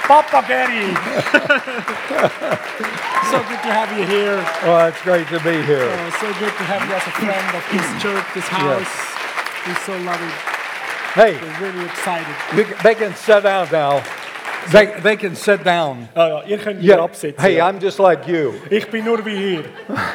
Papa Gary. So good to have you here. Oh, it's great to be here. So good to have you as a friend of this church, this house. We so love it. Hey, We're really excited. they can sit down now. They can sit down. Ja, ihr könnt wieder absitzen. Hey, I'm just like you. Ich bin nur wie hier.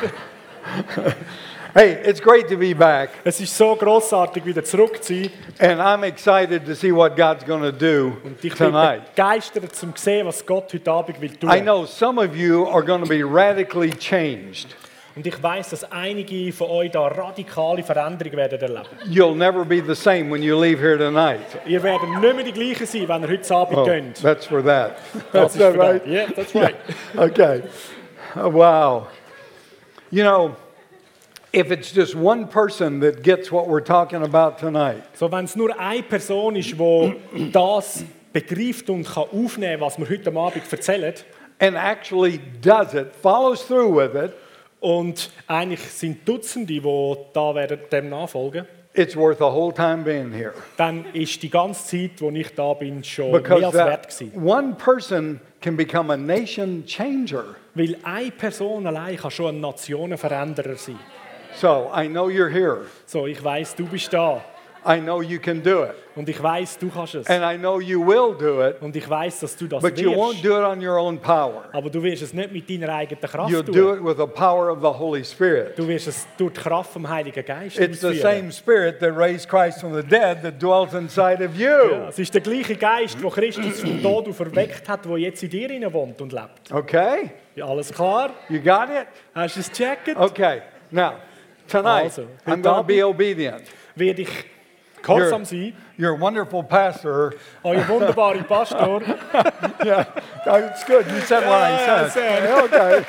Hey, it's great to be back. Es ist so grossartig, wieder zurück zu sein. And I'm excited to see what God's going to do Und ich bin tonight. begeistert, zum sehen, was Gott heute Abend will tun. I know some of you are going to be radically changed. Und ich weiss, dass einige von euch da radikale Veränderungen werden erleben. You'll never be the same when you leave here tonight. Ihr werdet nicht mehr die gleichen sein, wenn ihr heute Abend geht. That's for that. Das ist that für right? das. Yeah, that's right. Okay. Wow. You know, if it's just one person that gets what we're talking about tonight, So, wenn es nur eine Person ist, die das begreift und kann aufnehmen kann, was wir heute Abend erzählen, and actually does it, follows through with it, und eigentlich sind Dutzende, die da werden dem nachfolgen, it's worth the whole time being here. dann ist die ganze Zeit, wo ich da bin, schon mehr Because als wert that gewesen. one person can become a nation changer. Weil eine Person allein kann schon ein Nationenveränderer sein. So I know you're here. So, ich weiss, du bist da. I know you can do it. Und ich weiss, du kannst es. And I know you will do it, Und ich weiss, dass du das but you won't wirst. do it on your own power. Aber du wirst es nicht mit deiner eigenen Kraft You'll do tun. it with the power of the Holy Spirit. Du wirst es durch die Kraft vom Heiligen Geist It's the ausführen. same Spirit that raised Christ from the dead that dwells inside of Ja, you. es ist der gleiche Geist, der Christus vom Tod verweckt hat, der jetzt in dir inne wohnt und lebt. Okay? Ja, alles klar? You got it? Hast du es gecheckt? Okay. Now, tonight, Also, I'm going to be obedient. Werde ich gehorsam sein. You're a wonderful pastor. Euer wunderbarer Pastor. Yeah, it's good. You said what I Yeah, said. Okay.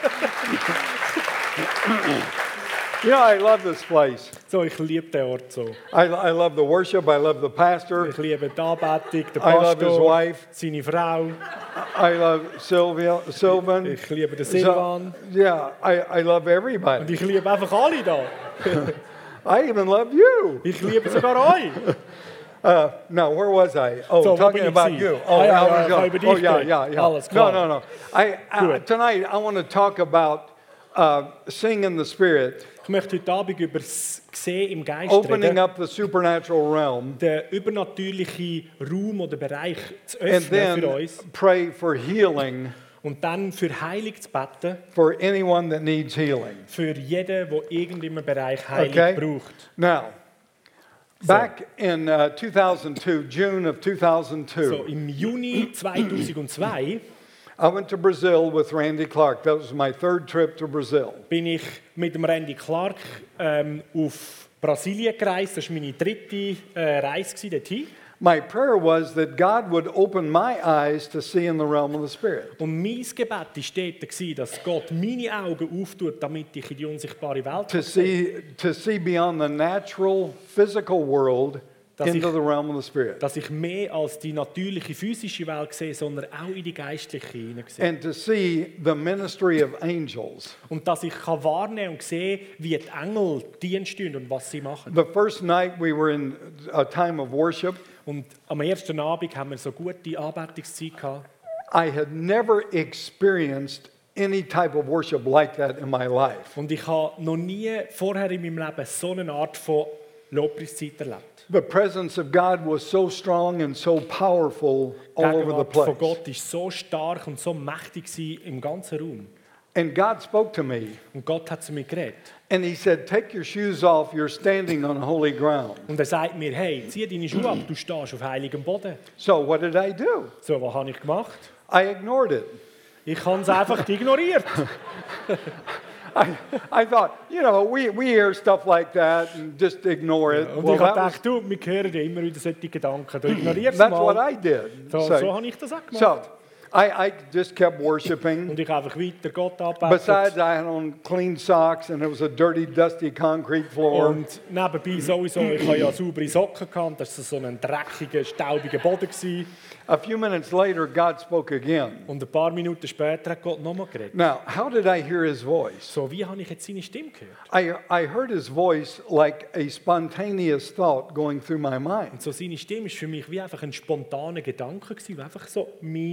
You know, I love this place. So, ich liebe den Ort so. I love the worship. I love the pastor. Ich liebe die Anbetung, den I love his Pastor, wife. seine Frau. I love Sylvan. Ich liebe den Silvan. Yeah, I love Und everybody. ich liebe einfach alle da. I even love you. Ich liebe sogar euch. No, where was I? Oh, So, wo talking bin ich about gewesen? you. Oh, Ah, ja, I ja, was ich going- habe über dich oh yeah, geredet. yeah. Alles No, klar. no. Gut. Tonight I want to talk about sing in the Spirit, Ich möchte heute Abend über das Sehen im Geist opening reden. up the supernatural realm, Den übernatürlichen Raum oder Bereich zu and öffnen für then uns. pray for healing Und dann für Heilung zu beten. for anyone that needs healing. Für jeden, der irgendeinem Bereich Heilung Okay. braucht. Now, back in 2002, June of So, 2002, im Juni 2002 I went to Brazil with Randy Clark. That was my third trip to Brazil. bin ich mit dem Randy Clark auf Brasilien gereist. Das war meine dritte Reise dorthin. My prayer was that God would open my eyes to see in the realm of the Spirit. Und mein Gebet war dort, dass Gott meine Augen auftut, damit ich in die unsichtbare Welt To see beyond the natural physical world into the realm of the Spirit. dass ich mehr als die natürliche physische Welt sehe, sondern auch in die geistliche hineinsehe. And to see the ministry of angels. Und dass ich kann wahrnehmen und sehen, wie die Engel Dienst tun und was sie machen. The first night we were in a time of worship. Und am ersten Abend haben wir so gute Anbetungszeit gehabt. I had never experienced any type of worship like that in my life. Und ich habe noch nie vorher in meinem Leben so eine Art von Lobpreiszeit erlebt. The presence of God was so strong and so powerful Die all over the Gegenwart von place. Gott war so stark und so mächtig gewesen im ganzen Raum. And God spoke to me Und Gott hat zu mir geredet. and He said, "Take your shoes off, you're standing on holy ground." Und er sagt mir, hey, zieh deine Schuhe ab, du stehst auf heiligem Boden. So what did I do? So, was habe ich gemacht? I ignored it. Ich habe es einfach ignoriert. I thought, you know, we hear stuff like that and just ignore it. Und Well, ich habe that was- gedacht, du, wir hören ja immer wieder solche Gedanken. Du ignorierst es that's what mal. I did. So habe ich das auch gemacht. So I just kept worshiping. Und ich habe einfach weiter Gott angebetet. Besides, I had on clean socks and it was a dirty, dusty concrete floor. Und nebenbei sowieso, ich habe ja saubere Socken gehabt. Das war so ein dreckiger, staubiger Boden gewesen. A few minutes later, God spoke again. Und ein paar Minuten später hat Gott nochmal geredet. Now, how did I hear His voice? So, wie habe ich jetzt seine Stimme gehört? I heard His voice like a spontaneous thought going through my mind. Und so seine Stimme war für mich wie einfach ein spontaner Gedanke gewesen, der einfach so meine Gedanken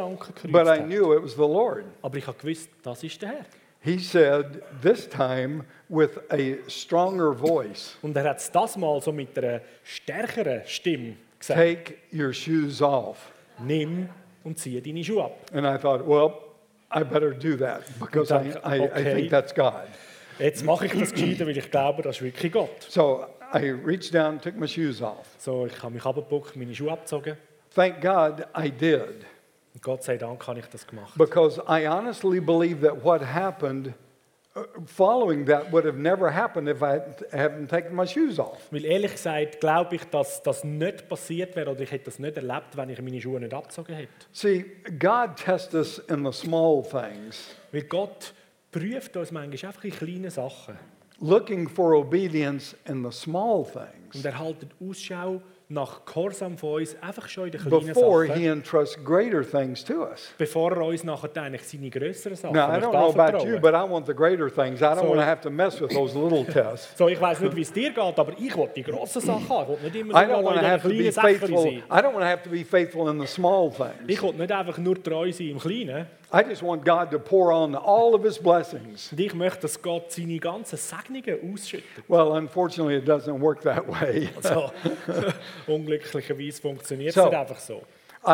Gedanken but gekreuzt I hat. knew it was the Lord. Aber ich habe gewusst, das ist der Herr. He said, this time with a stronger voice, Und er hat es das Mal so mit einer stärkeren Stimme gesagt. take your shoes off. Nimm und ziehe deine Schuhe ab. And I thought, well, I better do that because I Okay. think that's God. Jetzt mache ich das gescheiter, weil ich glaube, das ist wirklich Gott. So I reached down, took my shoes off. So, ich habe mich abgebockt, meine Schuhe abgezogen. Thank God I did. Und Gott sei Dank habe ich das gemacht. Because I honestly believe that what happened following that would have never happened if I hadn't taken my shoes off. Weil ehrlich gesagt glaube ich, dass das nicht passiert wäre oder ich hätte das nicht erlebt, wenn ich meine Schuhe nicht abgezogen hätte. See, God tests us in the small things, Weil Gott prüft uns manchmal einfach in kleinen Sachen. looking for obedience in the small things Und er hält Ausschau nach Gehorsam von uns einfach schon in den kleinen before Sachen, He entrusts greater things to us. bevor er uns nachher eigentlich seine grösseren Sachen Now, I möchte don't know about you, anvertrauen. but I want the greater things. I don't So- want to have to mess with those little tests. So, ich weiss nicht, wie es dir geht, aber ich will die grossen Sachen haben. Ich will nicht immer I nur don't want to in have to den be kleinen Sachen faithful. sein. I don't want to have to be faithful in the small things. Ich will nicht einfach nur treu sein im Kleinen. I just want God to pour on all of His blessings. Und ich möchte, dass Gott seine ganzen Segnungen ausschüttet. Well, unfortunately, it doesn't work that way. Also, unglücklicherweise funktioniert es So. nicht einfach so.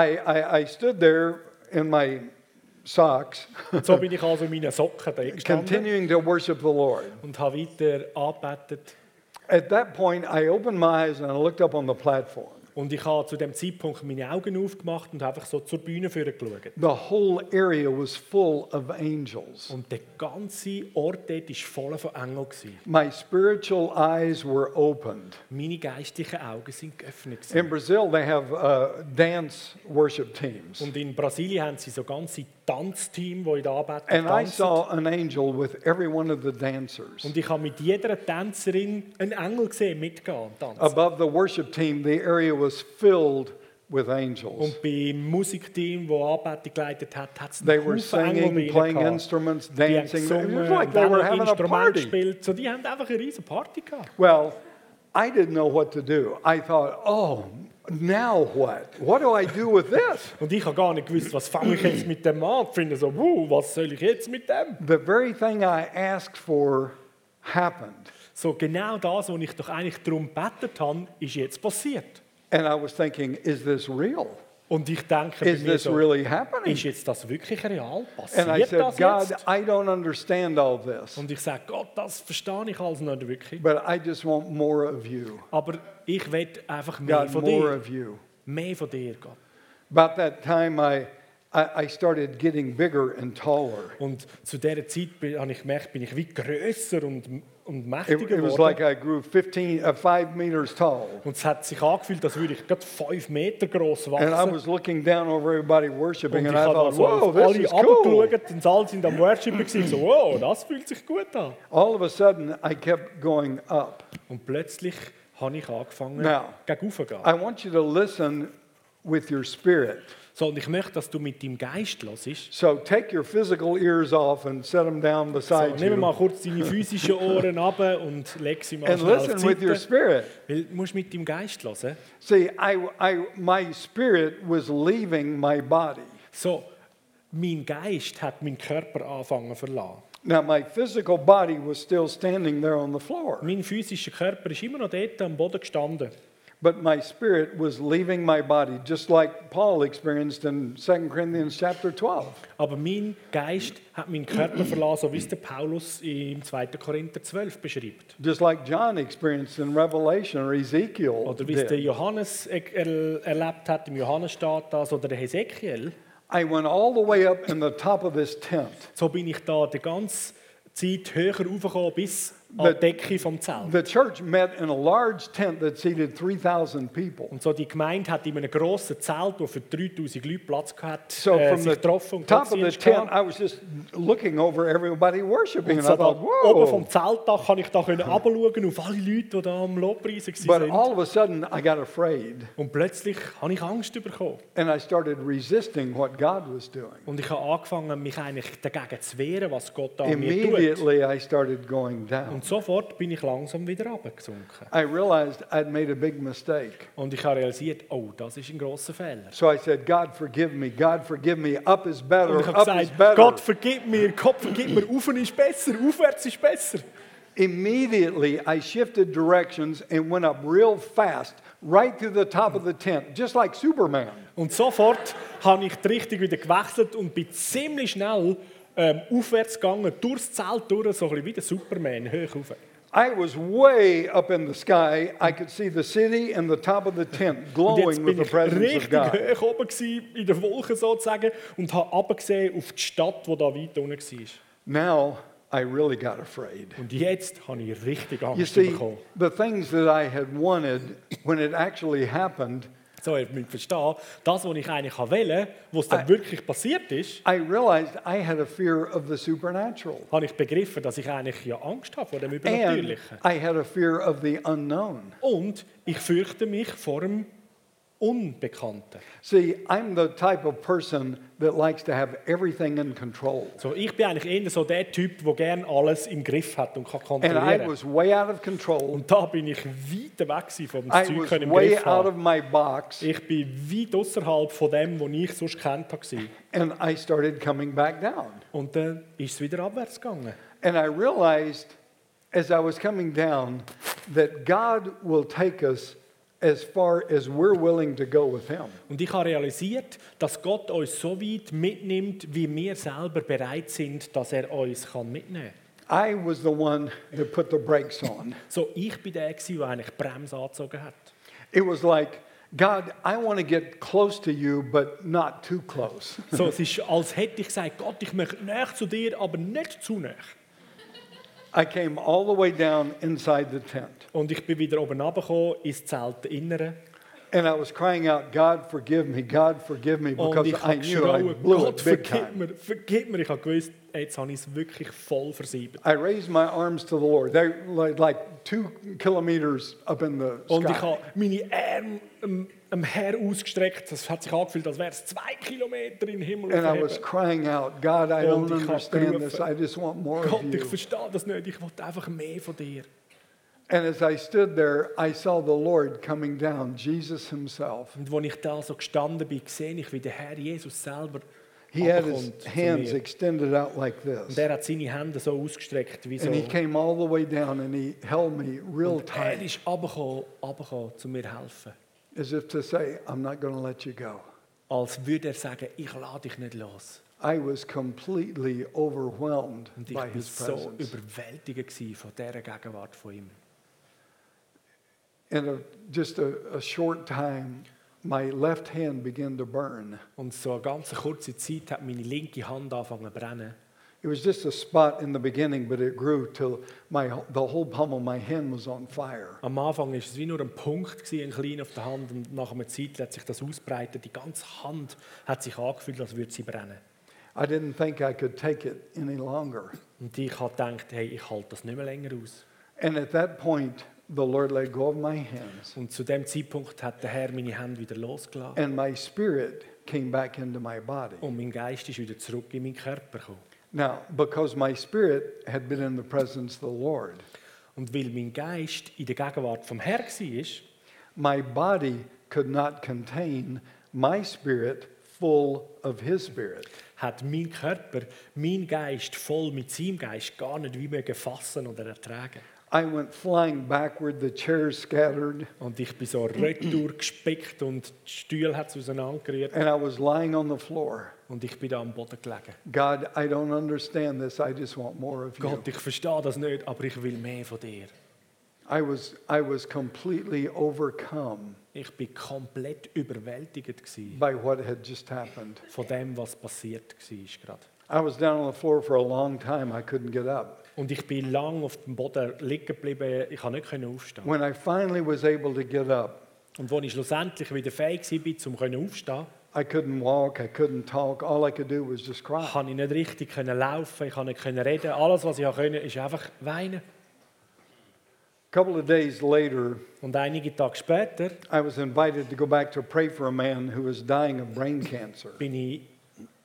I stood there in my socks, Und so bin ich also in meinen Socken da gestanden continuing to worship the Lord. und habe weiter angebetet. At that point, I opened my eyes and I looked up on the platform. Und ich habe zu dem Zeitpunkt meine Augen aufgemacht und einfach so zur Bühne geschaut. The whole area was full of angels. Und der ganze Ort dort war voll von Engeln. My spiritual eyes were opened. Meine geistlichen Augen sind geöffnet. In Brazil, they have dance worship teams. Und in Brasilien haben sie so ganze Tanzteam, die in der Anbetung And I tanzen. saw an angel with every one of the dancers. Und ich habe mit jeder Tänzerin einen Engel gesehen, mitgehen und tanzen. Above the worship team, the area was filled with angels. Und beim Musikteam, das Anbetung geleitet hat, hat es They einen were Haufen Engel singing, bei playing ihnen gehabt. instruments, Die haben dancing. It gesungen was like und they haben were ein having a Instrument party. gespielt. So, die haben einfach eine riesen Party gehabt. Well, I didn't know what to do. I thought, oh, now what? What do I do with this? Und ich habe gar nicht gewusst, was fange ich jetzt mit dem an. Ich finde so, was soll ich jetzt mit dem? The very thing I asked for happened. So genau das, was ich doch eigentlich darum gebetet habe, ist jetzt passiert. And I was thinking, is this real? Und ich denke bei Is mir this so, really happening? ist jetzt das wirklich real? And I Passiert said, das God, jetzt? I don't understand all this, Und ich sage, Gott, das verstehe ich alles nicht wirklich. but I just want more of you. Aber ich will einfach mehr God, von more dir. of you. Mehr von dir, Gott. About that time, I started getting bigger and taller. Und zu dieser Zeit habe ich gemerkt, bin ich wie grösser und It mächtiger was geworden. like I grew 5 meters tall. Und es hat sich angefühlt, als würde ich gerade 5 Meter groß And I wachsen. was looking down over everybody Und worshiping, ich and I habe thought, also whoa, auf this alle is cool. runtergeschaut und alle sind am Worshipen gewesen. So, wow, das fühlt sich gut an. All of a sudden, I kept going up. Und plötzlich habe ich angefangen, Now, gegen gehen. I want you to listen with your spirit. So, und ich möchte, dass du mit deinem Geist hörst. So take your physical ears off and set them down So, beside nimm you. mal kurz deine physischen Ohren ab und leg sie mal And schnell auf listen with die your Seite. spirit. Weil du musst mit deinem Geist hören. See, my spirit was leaving my body. So, mein Geist hat meinen Körper angefangen zu verlassen. Now, my physical body was still standing there on the floor, Mein physischer Körper ist immer noch dort am Boden gestanden. but my spirit was leaving my body, just like Paul experienced in 2 Corinthians chapter 12. Aber mein Geist hat meinen Körper verlassen, so wie es der Paulus im 2. Korinther 12 beschreibt. Just like John experienced in Revelation or Ezekiel Oder wie es der did. Johannes erlebt hat, im Johannes steht das, oder der Hesekiel. I went all the way up in the top of this tent. So bin ich da die ganze Zeit höher raufgekommen bis an die Decke vom Zelt. The church met in a large tent that seated 3,000 people. Und so die Gemeinde hat in einem grossen Zelt, wo für 3000 Leute Platz hatte, So from sich the getroffen und top of the Gottesdienst tent, gehabt. I was just looking over everybody worshiping, Und and so I da thought, oben whoa. vom Zeltdach kann ich da herabschauen auf alle Leute, die da am Lobpreisen But waren. all of a sudden, I got afraid, Und plötzlich habe ich Angst bekommen. and I started resisting what God was doing. Und ich habe angefangen, mich eigentlich dagegen zu wehren, was Gott da an mir tut. Immediately, I started going Und down. Und sofort bin ich langsam wieder runtergesunken. I realized I'd made a big mistake. Und ich habe realisiert, oh, das ist ein grosser Fehler. So I said, God forgive me, God forgive me, up is better, Und ich habe up is gesagt, better. Gott vergib mir, auf ist besser, aufwärts ist besser. Immediately, I shifted directions and went up real fast, right through the top of the tent, just like Superman. Und sofort habe ich die Richtung wieder gewechselt und bin ziemlich schnell aufwärts gegangen, durchs Zelt durch, so ein bisschen wie der Superman, hoch rauf. I was way up in the sky. I could see the city and the top of the tent Und jetzt glowing with bin the ich presence of richtig God. hoch oben gewesen, in der Wolke sozusagen, und habe runtergesehen auf die Stadt, die da weit unten war. Now, I really got afraid. Und jetzt habe ich richtig You Angst see, bekommen. the things that I had wanted, when it actually happened, So, ihr müsst verstehen, das, was ich eigentlich wollte, was es dann wirklich passiert ist, I realized I had a fear of the supernatural. habe ich begriffen, dass ich eigentlich ja Angst habe vor dem And Übernatürlichen. I had a fear of the unknown. Und ich fürchte mich vor dem Unbekannten. See, I'm the type of person that likes to have everything in control. So, ich bin eigentlich eher so der Typ, der gerne alles im Griff hat und kann And I kontrollieren. was way out of control. Und da bin ich weit weg gewesen vom I Zeug was können im way Griff out of haben. my box. Ich bin weit außerhalb von dem, was ich sonst kennt habe. And I started coming back down. Und dann ist es wieder abwärts gegangen. And I realized as I was coming down that God will take us as far as we're willing to go with Him. Und ich habe realisiert, dass Gott uns so weit mitnimmt, wie wir selber bereit sind, dass er uns mitnehmen kann. I was the one that put the brakes on. So, ich bin der, der eigentlich die Bremse angezogen hat. It was like, God, I want to get close to you, but not too close. So, es ist, als hätte ich gesagt, Gott, ich möchte näher zu dir, aber nicht zu näher. I came all the way down inside the tent. Und ich bin wieder oben runtergekommen, ins Zeltinnere. And I was crying out, God, forgive me, Und because ich I habe knew I geschrien, blew Gott, it big vergib time. mir, vergib mir. Ich habe gewusst, jetzt habe ich es wirklich voll versiebt. I raised my arms to the Lord. They're like 2 kilometers up in the Und ich sky. habe meine Arme am Herr ausgestreckt. Das hat sich angefühlt, als wäre es 2 Kilometer in den Himmel And I was aufheben. crying out, God, I Und don't ich habe understand this. gerufen, I just want more Gott, of ich you. verstehe das nicht. Ich wollte einfach mehr von dir. And as I stood there, I saw the Lord coming down, Jesus himself. Und als ich da so gestanden bin, sehe ich, wie der Herr Jesus selber He had his runterkommt zu hands mir. extended out like Und this. er hat seine Hände so ausgestreckt, wie so. And he came all the way down and he held me real Und er tight, ist runtergekommen, zu mir helfen. as if to say, I'm not going to let you go. Als würde er sagen, ich lade dich nicht los. I was completely overwhelmed Und ich by war his so presence. überwältigt gewesen von dieser Gegenwart von ihm. In just a short time, my left hand began to burn. Und so eine ganz kurze Zeit hat meine linke Hand angefangen zu brennen. It was just a spot in the beginning, but it grew till the whole palm of my hand was on fire. Am Anfang war es wie nur ein Punkt, ein kleiner auf der Hand, und nach einer Zeit hat sich das ausbreitet. Die ganze Hand hat sich angefühlt, als würde sie brennen. I didn't think I could take it any longer. Und ich habe gedacht, hey, ich halte das nicht mehr länger aus. And at that point, the Lord let go of my hands, Und zu dem Zeitpunkt hat der Herr meine Hände wieder losgelassen. and my spirit came back into my body. Und mein Geist ist wieder zurück in meinen Körper gekommen. Now, because my spirit had been in the presence of the Lord, Und weil mein Geist in der Gegenwart vom Herrn war, my body could not contain my spirit full of his spirit. hat mein Körper, mein Geist voll mit seinem Geist gar nicht wie mögen fassen oder ertragen. I went flying backward, the chairs scattered, Und ich bin so retour gespickt und die Stühle hat es auseinandergerührt. and I was lying on the floor. Und ich bin da am Boden gelegen. God, I don't understand this. I just want more of you. Gott, ich verstehe das nicht, aber ich will mehr von dir. I was completely overcome Ich bin komplett überwältigt gewesen by what had just happened. von dem, was passiert war gerade. I was down on the floor for a long time. I couldn't get up. Und ich bin lang auf dem Boden liegen geblieben. Ich konnte nicht aufstehen. When I finally was able to get up, Und als ich schlussendlich wieder fähig war, um aufzustehen, I couldn't walk, I couldn't talk. All I could do was just cry. konnte ich nicht richtig laufen, ich konnte nicht reden. Alles, was ich konnte, ist einfach weinen. A couple of days later, Und einige Tage später I was invited to go back to pray for a man who was dying of brain cancer. bin ich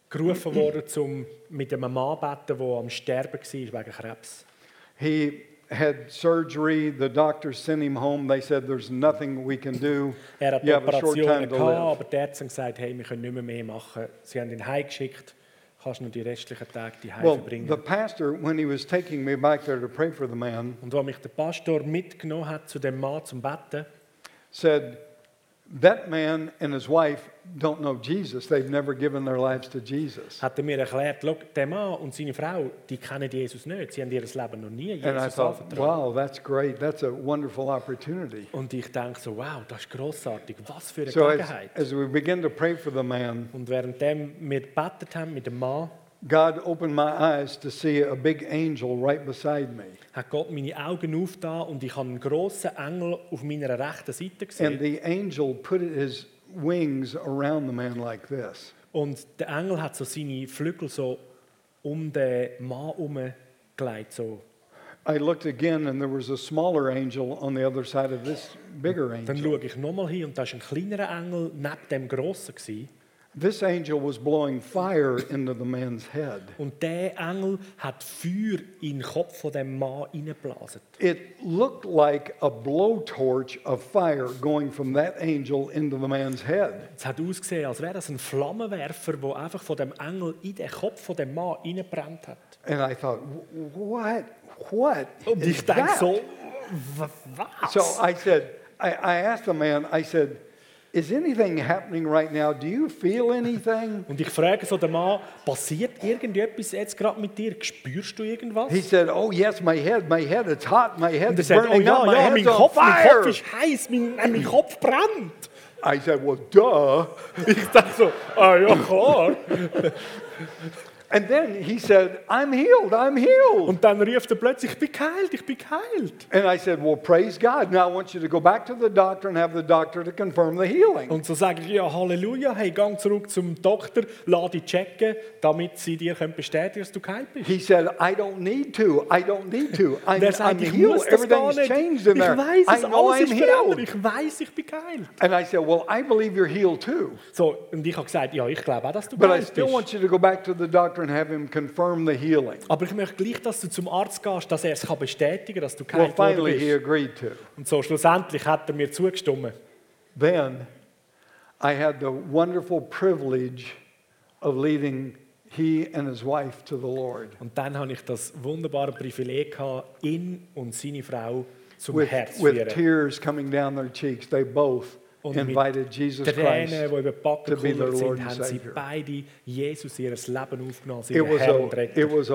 gerufen worden, um mit einem Mann zu beten, der am Sterben war wegen Krebs. He had surgery. The doctors sent him home. They said, there's nothing we can do. Er hat You have a short Operationen time to gehabt, live. aber die Ärzte haben gesagt, hey, wir können nicht mehr machen. Sie haben ihn heimgeschickt. Kannst nur die restlichen Tage die Well, verbringen. the pastor, when he was taking me back there to pray for the man, Und als mich der Pastor mitgenommen hat zu dem Mann zum Betten, said, that man and his wife don't know Jesus. They've never given their lives to Jesus. hat er mir erklärt, schau, der Mann und seine Frau, die kennen Jesus nicht. Sie haben ihr Leben noch nie And I Jesus thought, anvertraut. wow, that's great. That's a wonderful opportunity. Und ich denke so, wow, das ist grossartig. Was für eine So Gelegenheit. as we begin to pray for the man, Und währenddem wir gebetet haben mit dem Mann, God opened my eyes to see a big angel right beside me. hat Gott meine Augen aufgetan und ich habe einen grossen Engel auf meiner rechten Seite And gesehen. the angel put his wings around the man like this. Und der Engel hat so seine Flügel so um den Mann herumgelegt. So. I looked again and there was a smaller angel on the other side of this bigger Dann angel. schaue ich nochmal hin und da war ein kleinerer Engel neben dem grossen. Gewesen. This angel was blowing fire into the man's head. Und der Engel hat Feuer in den Kopf von dem Mann hineingeblasen. It looked like a blowtorch of fire going from that angel into the man's head. Es hat ausgesehen, als wäre das ein Flammenwerfer, der einfach von dem Engel in den Kopf von dem Mann hineingebrannt hat. And I thought, what Und is ich denke that? so, was? So I said, I asked the man, I said, is anything happening right now? Do you feel anything? Und ich frage so den Mann, passiert irgendetwas jetzt gerade mit dir? Spürst du irgendwas? He said, oh yes, my head, it's hot, my Und er head's sagt, oh burning up, ja, my ja, mein head's on Kopf fire. ist heiß, mein Kopf brennt. I said, well, duh. Ich dachte so, ah ja, klar. And then he said, I'm healed. Und dann rief er plötzlich, ich bin geheilt. And I said, well, praise God. Now I want you to go back to the doctor and have the doctor to confirm the healing. Und so sage ich, ja, Halleluja, hey, gang zurück zum Doktor, lass dich checken, damit sie dir bestätigen können, dass du geheilt bist. He said, I don't need to. I'm, Und er sagt, I'm ich healed. muss das gar Everything's nicht. changed in Ich there. weiss es, I know alles I'm ist verändert. healed. Ich weiss, ich bin geheilt. And I said, well, I believe you're healed too. So, und ich habe gesagt, ja, ich glaube auch, dass du But I geheilt still bist. want you to go back to the doctor and have him confirm the healing. Aber ich möchte gleich, dass du zum Arzt gehst, dass er es bestätigen kann, dass du Well, geheilt worden finally he bist. agreed to. Und so schlussendlich hat er mir zugestimmt. Then I had the wonderful privilege of leading he and his wife to the Lord Und dann habe ich das wunderbare Privileg gehabt, ihn und seine Frau zum Herz zu with führen. tears coming down their cheeks. They both Und mit invited Jesus Tränen, Christ. die über die Backen to be their gekullert Lord sind, and haben sie Savior. beide Jesus ihr Leben aufgenommen, als It ihren was Herr und Retter. it was a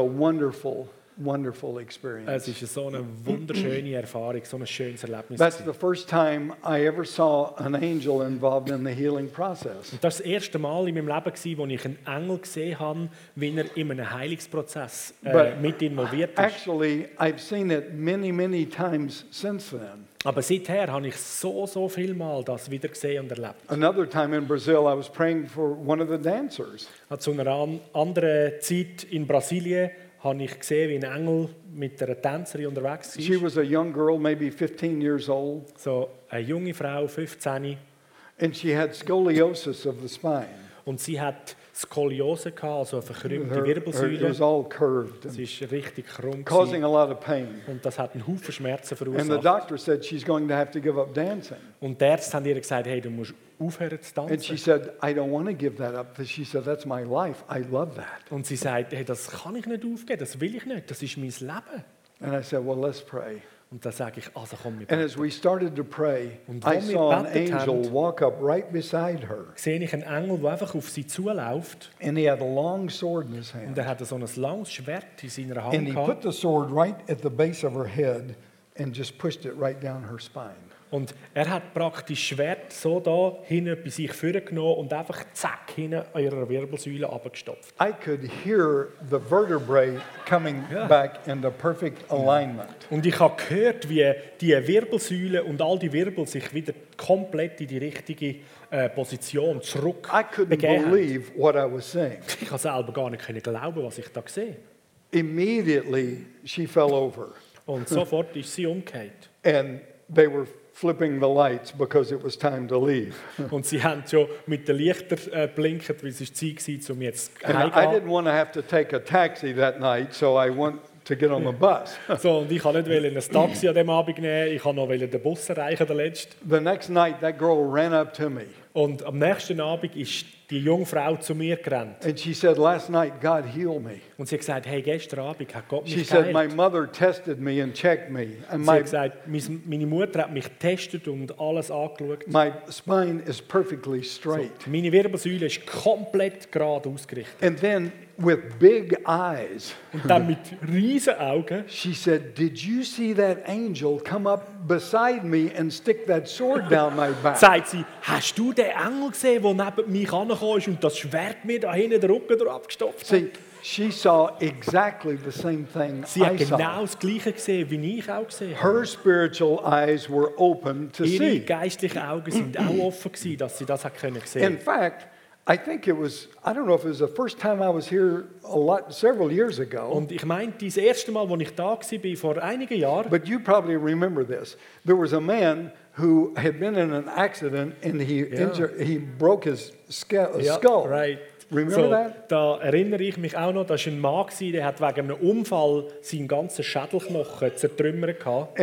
wonderful experience. Es ist so eine wunderschöne Erfahrung, so ein schönes Erlebnis. That's gewesen. the first time I ever saw an angel involved in the healing process. Und das war das erste Mal in meinem Leben, wo ich einen Engel gesehen habe, wie er in einem Heilungsprozess But mit involviert ist. Actually, I've seen it many times since then. Aber seither habe ich so viel Mal das wieder gesehen und erlebt. Another time in Brazil, I was praying for one of the dancers. Zu einer anderen Zeit in Brasilien habe ich gesehen, wie ein Engel mit einer Tänzerin unterwegs She war. was a young girl, maybe 15 years old, So eine junge Frau, 15, and she had scoliosis of the spine. und sie hat Skoliose gehabt, also eine verkrümmte It Wirbelsäule. was all curved Sie and ist richtig krumm causing gewesen, a lot of pain. und das hat einen Haufen Schmerzen And the verursacht. doctor said she's going to have to give up dancing. Und die Ärzte haben ihr gesagt, hey, du musst aufhören zu And she tanzen. said, I don't want to give that up. She said, that's my life. I love that. Und sie sagt, hey, das kann ich nicht aufgeben, das will ich nicht, das ist mein Leben. And I said, well, let's pray. Und dann sage ich, also komm, wir And beten. as we started to pray, Und I wo wir saw an gebetet angel haben, walk up right beside her. Sehe ich einen Engel, der einfach auf sie zuläuft, And he had a long sword in his und hand. er hat so ein langes Schwert in seiner And Hand he gehabt. put the sword right at the base of her head and just pushed it right down her spine. Und er hat praktisch das Schwert so da hinten bei sich vorgenommen und einfach zack hinten an ihrer Wirbelsäule abgestopft. I could hear the vertebrae coming back into perfect alignment. Und ich habe gehört, wie die Wirbelsäule und all die Wirbel sich wieder komplett in die richtige Position zurück I couldn't begeben haben. believe what I was seeing. Ich konnte selber gar nicht glauben, was ich da sehe. Immediately, she fell over. Und sofort ist sie umgekehrt. And they were flipping the lights because it was time to leave. Und sie haben schon mit den Lichtern blinkt, weil es ist Zeit war, um jetzt And I heimzugehen. didn't want to have to take a taxi that night, so I went to get on the bus. So, und ich wollte nicht ein Taxi an dem Abend nehmen, ich wollte noch den Bus erreichen, den letzten. The next night, that girl ran up to me Und am nächsten Abend ist die junge Frau zu mir gerannt. and she said, "Last night, God healed me." Und sie hat gesagt, hey, gestern Abend hat Gott She mich said, "My geheilt. mother tested me and checked me, and Sie hat gesagt, meine Mutter hat mich getestet und alles angeschaut. my spine is perfectly straight." Meine Wirbelsäule ist komplett gerade ausgerichtet. And then, with big eyes, Und dann mit riesen Augen she said, "Did you see that angel come up beside me and stick that sword down my back?" sagt sie, hast du den Engel gesehen, der neben mich angekommen ist und das Schwert mir da hinten den Rücken abgestopft hat? See, she saw exactly the same thing Sie hat I genau saw. das Gleiche gesehen, wie ich auch gesehen habe. Her spiritual eyes were open to Ihre see. geistlichen Augen sind auch offen gewesen, dass sie das hat können In sehen. fact, I think it was, I don't know if it was the first time I was here several years ago, Und ich meine, das erste Mal, als ich da war, vor einigen Jahren, but you probably remember this. There was a man who had been in an accident and he broke his skull. right. Remember So, that? da erinnere ich mich auch noch, da war ein Mann, der hat wegen einem Unfall seinen ganzen Schädelknochen zertrümmert gehabt.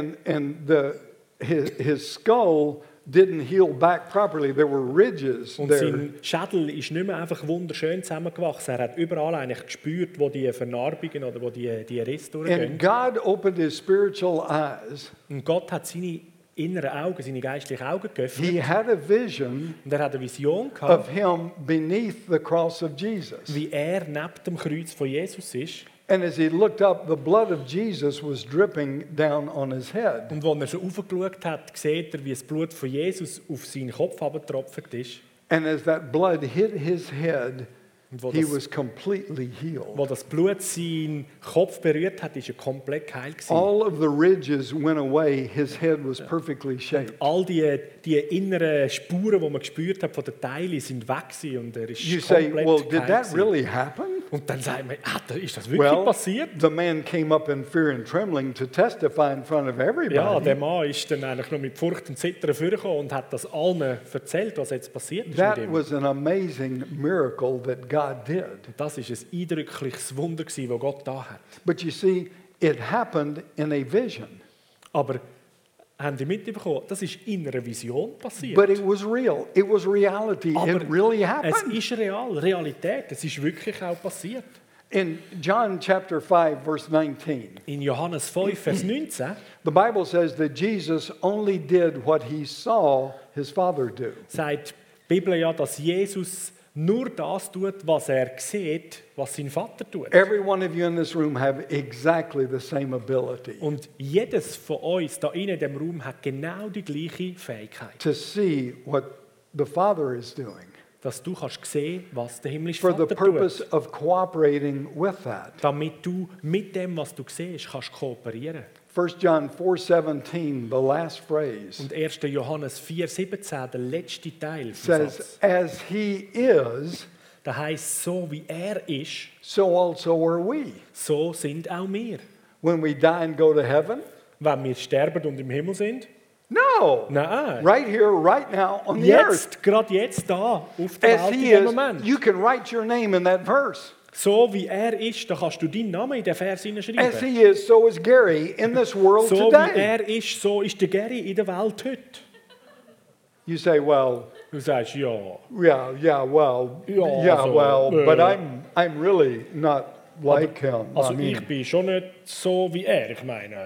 His skull didn't heal back properly. There were ridges Und there. sein Schädel ist nicht mehr einfach wunderschön zusammengewachsen. Er hat überall eigentlich gespürt, wo die Vernarbungen oder wo die Risse durchgehen. And God opened his spiritual eyes. Und Gott hat seine inneren Augen, seine geistlichen Augen geöffnet. He had a vision Und er hat eine Vision of gehabt, him beneath the cross of Jesus. wie er neben dem Kreuz von Jesus ist. And as he looked up, the blood of Jesus was dripping down on his head. Und als er so aufgeschaut hat, sieht er, wie das Blut von Jesus auf seinen Kopf herabgetropft ist. And as that blood hit his head, Und wo he das, was completely healed. wo das Blut seinen Kopf berührt hat, ist er komplett geheilt gewesen. All of the ridges went away. His head was perfectly shaped. All die inneren Spuren, die man gespürt hat von den Teilen, sind weg gewesen und er ist You say, komplett well, did geheilt that gewesen. really happen? Und dann sagt man, ist das wirklich passiert? the man came up in fear and trembling to testify in front of Ja, everybody. der Mann ist dann eigentlich noch mit Furcht und Zittern vorgekommen und hat das allen erzählt, was jetzt passiert ist mit That ihm. was an amazing miracle that God did. Das ist ein eindrückliches Wunder gewesen, das Gott da hat. But you see, it happened in a vision. Aber haben die mitbekommen, das ist in einer Vision passiert. But it was real. It was reality. Aber It really es happened. ist real, Realität. Es ist wirklich auch passiert. In John chapter 5, verse 19, In Johannes 5, Vers 19 the Bible says that Jesus only did what he saw his Father do. sagt die Bibel ja, dass Jesus nur das tut, was er sieht, was sein Vater tut. Every one of you in this room have exactly the same ability Und jedes von uns da in dem Raum hat genau die gleiche Fähigkeit, to see what the Father is doing dass du kannst sehen, was der himmlische for the Vater purpose tut, of cooperating with that. damit du mit dem, was du siehst, kannst kooperieren. 1 John 4:17, the last phrase, Und 1. Johannes 4,17, der letzte Teil vom says, Satz, "As he is, da heisst, so wie er ist, so also are we." so sind auch wir. When we die and go to heaven? Wenn wir sterben und im Himmel sind? No. Nein. Right here, right now on the earth. Jetzt, gerade jetzt, da, auf der As Welt in he dem is, Moment. you can write your name in that verse. So wie er ist, da kannst du deinen Namen in den Vers As hineinschreiben. he is, so is Gary in this world So wie today. er ist, so ist der Gary in der Welt heute. You say, well, Du sagst, ja. yeah, well, Ja, yeah, also, well, but I'm really not like him. Also I mean, ich bin schon nicht so wie er. Ich meine,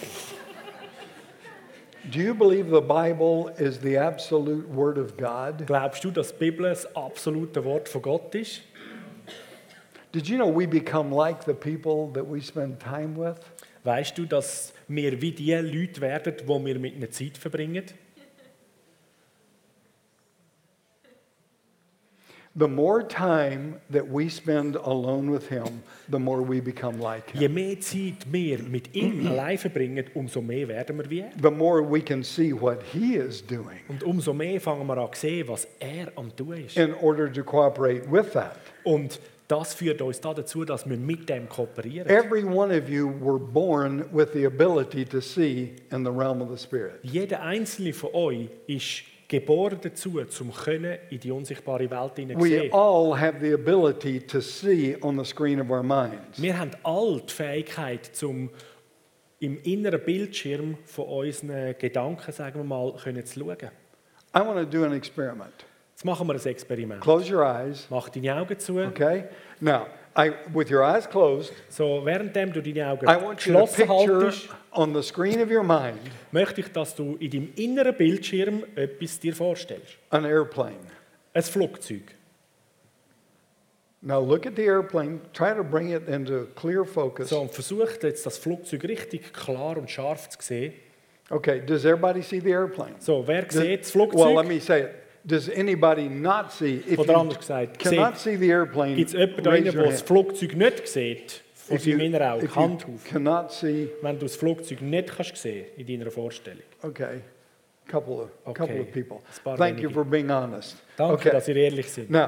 do you believe the Bible is the absolute word of God? glaubst du, dass die Bibel das absolute Wort von Gott ist? Did you know we become like the people that we spend time with? Weißt du, dass wir wie die Leute werden, die wir mit einer Zeit verbringen? The more time that we spend alone with him, the more we become like him. Je mehr Zeit wir mit ihm allein verbringen, umso mehr werden wir wie er. The more we can see what he is doing Und umso mehr fangen wir an zu sehen, was er am tun ist. in order to cooperate with that. Und das führt uns dazu, dass wir mit dem kooperieren. Every one of you were born with the ability to see in the realm of the Spirit. Jeder einzelne von euch ist geboren dazu, um in die unsichtbare Welt We hineinzusehen. all have the ability to see on the screen of our minds. Wir haben alle die Fähigkeit, im inneren Bildschirm von unseren Gedanken, sagen wir mal, zu schauen. I want to do an experiment. Jetzt machen wir ein Experiment. Close your eyes, Mach deine Augen zu. okay? Now, with your eyes closed, So, währenddem du deine Augen I want you to geschlossen picture haltest, on the screen of your mind möchte ich, dass du in deinem inneren Bildschirm etwas dir vorstellst. an airplane. Ein Flugzeug. Now look at the airplane, try to bring it into clear focus. So, und versucht jetzt das Flugzeug richtig klar und scharf zu sehen. Okay, does everybody see the airplane? So, wer sieht das Well, let Flugzeug? me say it. Does anybody not see? If Oder you anders gesagt, cannot see the airplane, gibt es jemanden da raise drinnen, your der das hand. Flugzeug nicht sieht, von If you, seinem inneren Auge? if Hand you auf. cannot see, Wenn du das Flugzeug nicht kannst sehen in deiner Vorstellung. okay, couple of people. Ein paar Thank you wenige. for being honest. Danke, Okay, dass ihr ehrlich seid. now,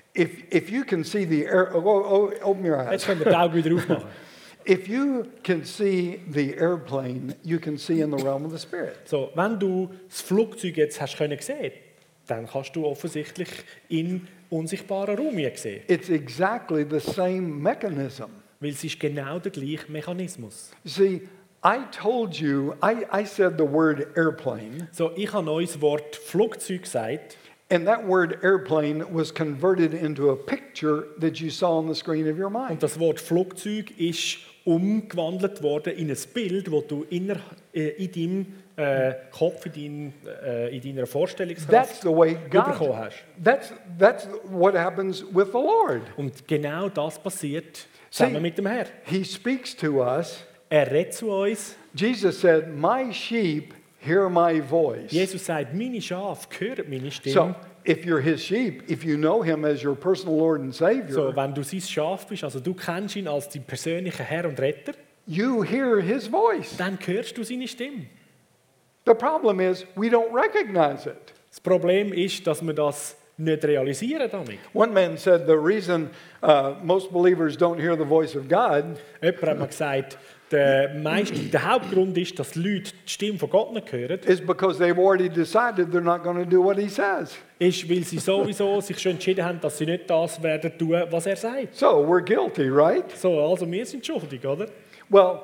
if you can see the air, open your eyes. Jetzt könnt ihr die Augen wieder aufmachen. If you can see the airplane, you can see in the realm of the spirit. So, wenn du das Flugzeug jetzt hast können sehen, dann kannst du offensichtlich in unsichtbaren Raum sehen. It's exactly the same mechanism. Weil es ist genau der gleiche Mechanismus. See, I told you, I said the word airplane, So, ich habe euch das Wort Flugzeug gesagt. and that word airplane was converted into a picture that you saw on the screen of your mind. Und das Wort Flugzeug ist umgewandelt worden in ein Bild, das du in deinem Kopf, in deiner That's Vorstellungskraft the way bekommen God. hast. That's what happens with the Lord. Und genau das passiert zusammen mit dem Herrn. He speaks to us. Er redet zu uns. Jesus said, "My sheep hear my voice." Jesus sagt, meine Schafe hören meine So, Stimme. if you're His sheep, if you know Him as your personal Lord and So, Savior, wenn du sein Schaf bist, also du kennst ihn als deinen persönlichen Herr und Retter, you hear His voice. dann hörst du seine Stimme. The problem is we don't recognize it. Das Problem ist, dass wir das nicht realisieren damit. One man said the reason most believers don't hear the voice of God Jemand hat mir gesagt, der Hauptgrund ist, dass die Leute die Stimme von Gott nicht hören, is because they've already decided they're not going to do what He says. ist, weil sie sowieso sich schon entschieden haben, dass sie nicht das werden tun, was er sagt. So we're guilty, right? So, also wir sind schuldig, oder? Well,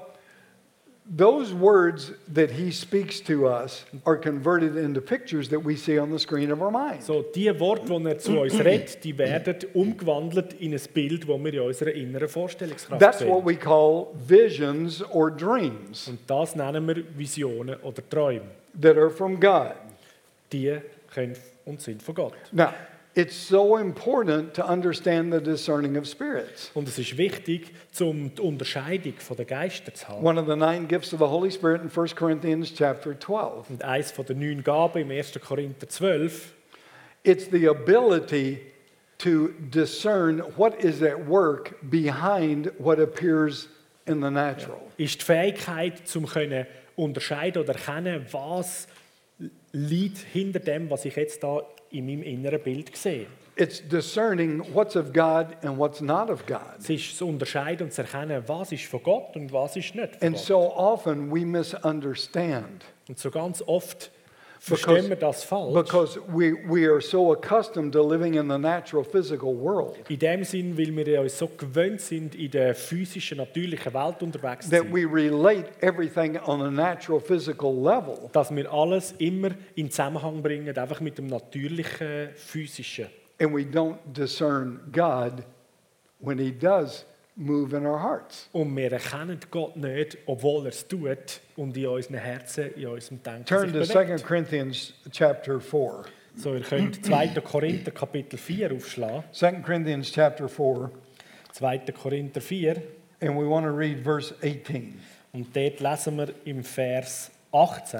those words that He speaks to us are converted into pictures that we see on the screen of our mind. So, die Worte, die er zu uns redet, die werden umgewandelt in ein Bild, das wir in unserer inneren Vorstellungskraft That's what sehen. we call visions or dreams Und das nennen wir Visionen oder Träume. that are from God. Die können und sind von Gott. Now, it's so important to understand the discerning of spirits. Und es ist wichtig, um die Unterscheidung der Geister zu haben. One of the 9 gifts of the Holy Spirit in 1 Corinthians chapter 12. Und eines der 9 Gaben im 1. Korinther 12, It's the ability to discern what is at work behind what appears in the natural. ist die Fähigkeit, zum können unterscheiden oder erkennen, was liegt hinter dem, was ich jetzt da in meinem inneren Bild sehe. It's discerning what's of God and what's not of God. Es ist zu unterscheiden und zu erkennen, was ist von Gott und was ist nicht von And Gott. so often we misunderstand Und so ganz oft verstehen wir das falsch. because we are so accustomed to living in the natural physical world In dem Sinn, weil wir uns so gewöhnt sind, in der physischen, natürlichen Welt unterwegs zu that sein, we relate everything on a natural physical level. dass wir alles immer in Zusammenhang bringen, einfach mit dem natürlichen, physischen. And we don't discern God when He does move in our hearts. Und wir erkennen Gott nicht, obwohl er es tut und in unseren Herzen, in unserem Denken Turn to sich 2 bewegt. Corinthians chapter 4. So, ihr könnt 2. Korinther Kapitel 4 aufschlagen. 2 Corinthians chapter 4, 2. Korinther 4. and we want to read verse 18. Und dort lesen wir im Vers 18.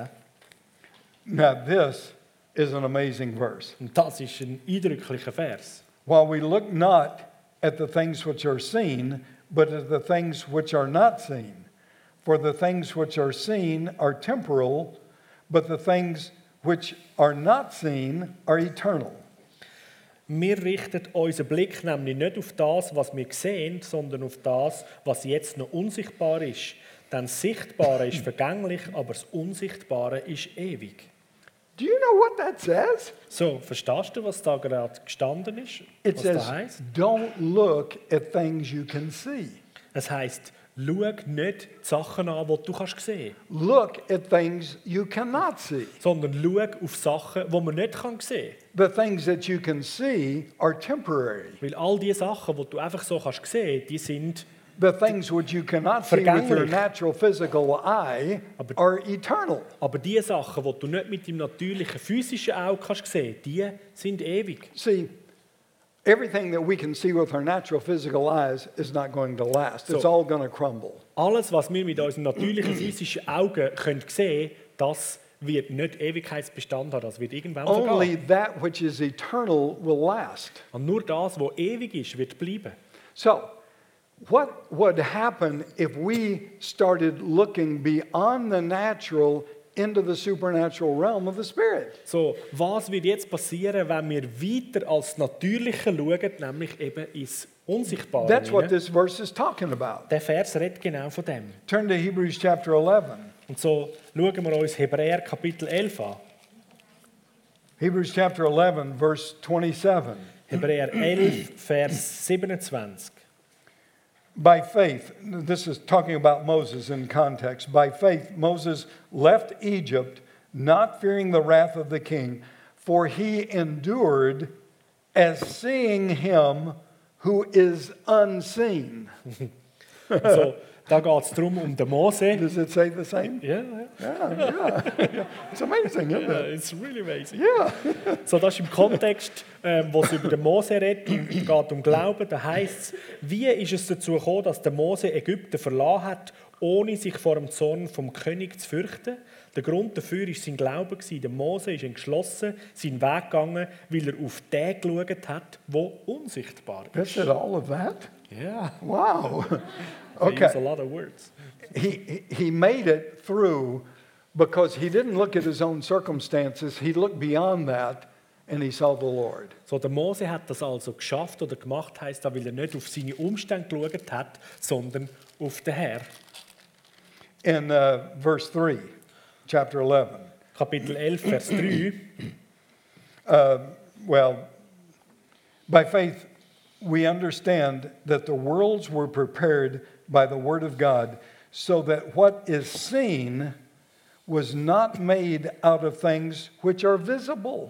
Now this is an amazing verse. Und das ist ein eindrücklicher Vers. While we look not at the things which are seen, but at the things which are not seen. For the things which are seen are temporal, but the things which are not seen are eternal. Wir richten unseren Blick nämlich nicht auf das, was wir sehen, sondern auf das, was jetzt noch unsichtbar ist. Denn das Sichtbare ist vergänglich, aber das Unsichtbare ist ewig. Do you know what that says? So, verstehst du, was da gerade gestanden ist? It Was says, das heisst? don't look at things you can see. Es heisst, schau nicht die Sachen an, die du kannst sehen kannst, Look at things you cannot see. sondern schau auf Sachen, die man nicht sehen kann. The things that you can see are temporary. Weil all die Sachen, die du einfach so kannst sehen, die sind, The things which you cannot see with your Vergänglich. natural physical eye Aber- are eternal. aber die Sachen, die du nicht mit deinem natürlichen physischen Auge kannst sehen, die sind ewig. See, everything that we can see with our natural physical eyes is not going to last. It's So- all going to crumble. Alles, was wir mit unseren natürlichen physischen Augen sehen können, das wird nicht Ewigkeitsbestand haben, das wird irgendwann Only vergehen. that which is eternal will last. Und nur das, was ewig ist, wird bleiben. So, what would happen if we started looking beyond the natural into the supernatural realm of the Spirit? So, was wird jetzt passieren, wenn wir weiter als Natürliche schauen, nämlich eben ins Unsichtbare? That's what hinein? this verse is talking about. Der Vers redet genau von dem. Turn to Hebrews chapter 11. Und so schauen wir uns Hebräer Kapitel 11 an. Hebrews chapter 11, verse 27. Hebräer 11, Vers 27. By faith, this is talking about Moses in context. By faith, Moses left Egypt, not fearing the wrath of the king, for he endured as seeing him who is unseen. So, da geht es darum, um den Mose. Does it say the same? Ja, Yeah. It's amazing, isn't ja. it? It's really amazing. Yeah. So, das ist im Kontext, wo es über den Mose redet, geht um Glauben. Da heisst es, wie ist es dazu gekommen, dass der Mose Ägypten verlassen hat, ohne sich vor dem Zorn vom König zu fürchten? Der Grund dafür war sein Glaube. Der Mose ist entschlossen, seinen Weg gegangen, weil er auf den geschaut hat, der unsichtbar That ist. said all of that? Ja, Wow. I use a Okay. lot of words. He made it through because he didn't look at his own circumstances. He looked beyond that and he saw the Lord. So, der Mose hat das also geschafft oder gemacht, heisst da, weil er nicht auf seine Umstände geschaut hat, sondern auf den Herr. In verse 3, chapter 11. Kapitel 11, Vers 3. Well, by faith, we understand that the worlds were prepared by the Word of God, so that what is seen was not made out of things which are visible.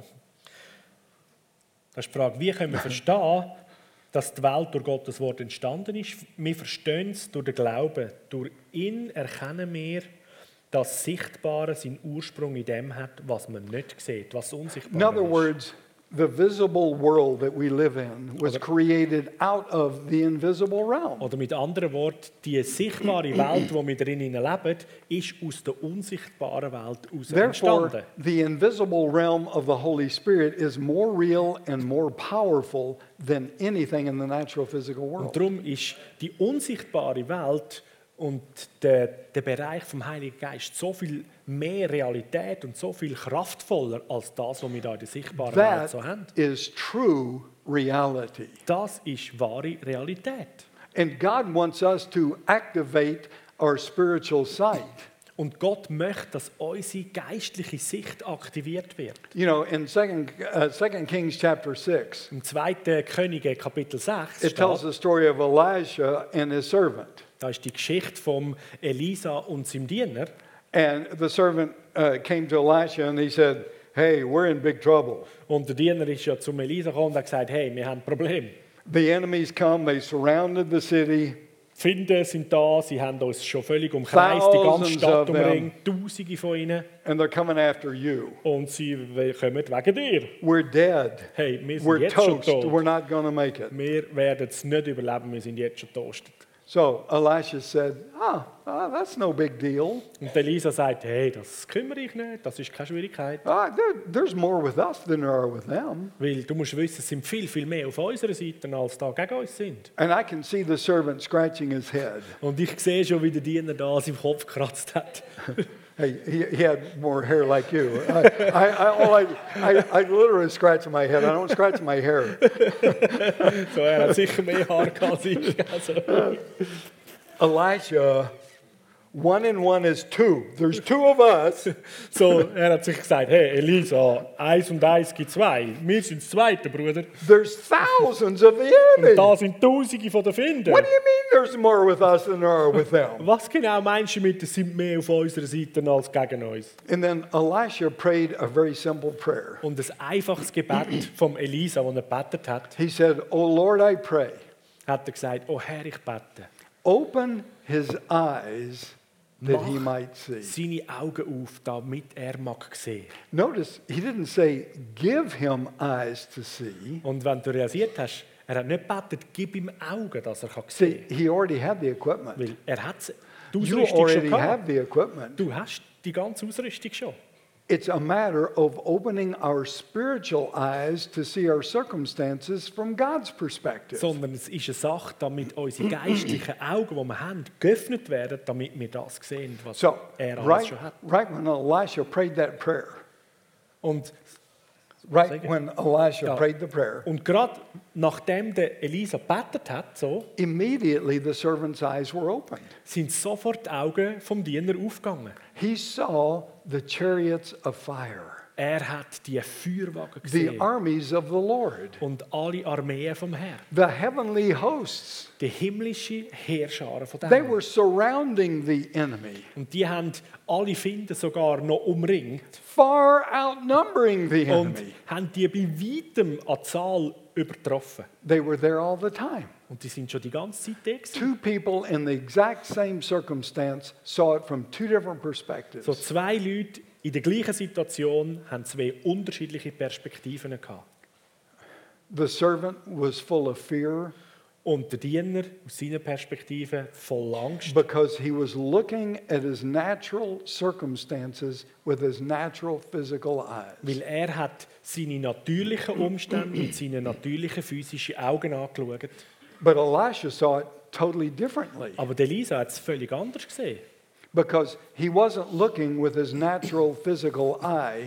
Das ist die Frage, wie können wir verstehen, dass die Welt durch Gottes Wort entstanden ist? Wir verstehen es durch den Glauben. Durch ihn erkennen wir, dass das Sichtbare seinen Ursprung in dem hat, was man nicht sieht, was unsichtbar In other ist. words, the visible world that we live in was created out of the invisible realm. Oder mit anderen Worten, die sichtbare Welt, in der wir drinnen leben, ist aus der unsichtbaren Welt heraus Therefore, entstanden. the invisible realm of the Holy Spirit is more real and more powerful than anything in the natural physical Und world. darum ist die unsichtbare Welt und der Bereich vom Heiligen Geist so viel mehr Realität und so viel kraftvoller als das, was wir da in der sichtbaren Welt That so haben. is true reality. Das ist wahre Realität. And God wants us to activate our spiritual sight. Und Gott möchte, dass unsere geistliche Sicht aktiviert wird. You know, in 2 Kings chapter 6, Im 2. Könige Kapitel 6 it tells steht, the story of Elisha and his servant. da ist die Geschichte von Elisa und seinem Diener. And the servant came to Elisha and he said, "Hey, we're in big trouble. Und der Diener ist ja zum Elisa gekommen und hat gesagt, hey, wir haben ein Problem. The enemies come, they surrounded the city. Die Finden sind da, sie haben uns schon völlig umkreist, die ganze Thousands Stadt of them. umringt, Tausende von ihnen. And they're coming after you. Und sie kommen wegen dir. We're dead. Hey, wir sind We're jetzt schon toast. tot. We're not going to make it." Wir werden es nicht überleben, wir sind jetzt schon toastet. So Elisha said, that's no big deal. Und Elisa sagt, hey, das kümmere ich nicht, das ist keine Schwierigkeit. There's more with us than there are with them. Weil du musst wissen, es sind viel, viel mehr auf unserer Seite, als da gegen uns sind. And I can see the servant scratching his head. Und ich sehe schon, wie der Diener da an seinem Kopf gekratzt hat. Hey, he had more hair like you. I literally scratch my head. I don't scratch my hair. So, er hat sicher mehr Haar als ich. Also. Elisha 1 and 1 is 2. There's 2 of us. So, er hat sich gesagt, hey Elisa, 1 und 1 gibt 2. Wir sind das zweite, Bruder. There's thousands of the Und enemy. da sind Tausende von den Finden. What do you mean there's more with us than there are with them? Was genau meinst du mit, es sind mehr auf unserer Seite als gegen uns? And then Elisha prayed a very simple prayer. Und ein einfaches Gebet vom Elisa, das er gebetet hat, He said, "Oh Lord, I pray, hat er gesagt, oh Herr, ich bete. open his eyes that he might see." Seine Augen auf, damit er mag sehen. Notice, he didn't say, give him eyes to see. Und wenn du realisiert hast, er hat nicht gebetet, gib ihm Augen, dass er See, sehen kann. he already had the equipment. Weil er hat die You Ausrüstung schon already have gehabt. the equipment. Du hast die ganze Ausrüstung schon. It's a matter of opening our spiritual eyes to see our circumstances from God's perspective. Sondern es ist eine Sache, damit unsere geistlichen Augen, die wir haben, geöffnet werden, damit wir das sehen, was So, er alles right, schon hat. right when Elisha prayed that prayer, Und right when Elisha Ja. prayed the prayer, Und gerade nachdem der Elisa gebetet hat, so, immediately the servant's eyes were opened. sind sofort die Augen vom Diener aufgegangen. He saw the chariots of fire, Er hat die Feuerwagen the gesehen armies of the Lord, und alle Armeen vom Herrn, the heavenly hosts. die himmlische Heerscharen von They dem. were surrounding the enemy, Und die haben alle Finden sogar noch umringt far outnumbering the und enemy. haben die bei weitem an Zahl übertroffen. They were there all the time. Und die sind schon die ganze Zeit da gewesen. Two people in the exact same circumstance saw it from 2 different perspectives. So 2 Leute in der gleichen Situation haben 2 unterschiedliche Perspektiven gehabt. The servant was full of fear Und der Diener aus seiner Perspektive voll Angst, because he was looking at his natural circumstances with his natural physical eyes. weil er hat seine natürlichen Umstände mit seinen natürlichen physischen Augen angeschaut. But Elisha saw it totally differently Aber der Elisa hat es völlig anders gesehen. because he wasn't looking with his natural physical eye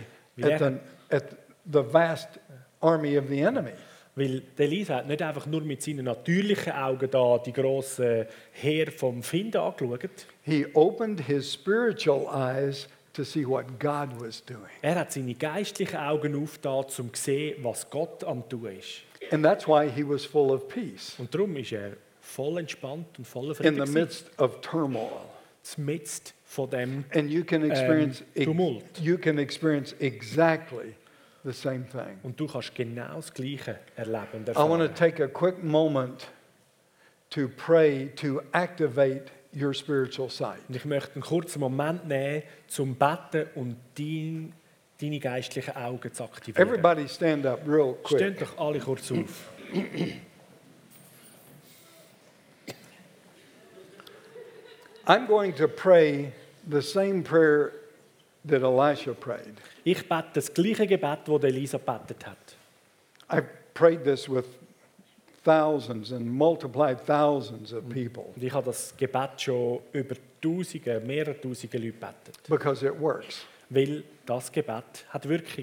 at the vast army of the enemy. Weil der Elisa hat nicht einfach nur mit seinen natürlichen Augen da die grossen Heer vom Find angeschaut. He opened his spiritual eyes to see what God was doing. Er hat seine geistlichen Augen aufgetan, um zu sehen, was Gott am tun ist. And that's why he was full of peace Und darum ist er voll entspannt und voller in Frieden the midst of turmoil. mitten von dem. And you can experience Tumult. exactly the same thing. Und du kannst genau das Gleiche erleben und I want to erfahren. take a quick moment to pray to activate your spiritual sight. Und ich möchte einen kurzen Moment nehmen, zum Beten und deine geistlichen Augen zu aktivieren. Everybody stand up real quick. Steht doch alle kurz auf. I'm going to pray the same prayer that Elisha prayed. Ich bete das gleiche Gebet, das Elisa gebetet hat. I've prayed this with thousands and multiplied thousands of people Und ich habe das Gebet schon über Tausende, mehrere Tausende Leute gebetet. because it works. Weil das Gebet hat Wirkung.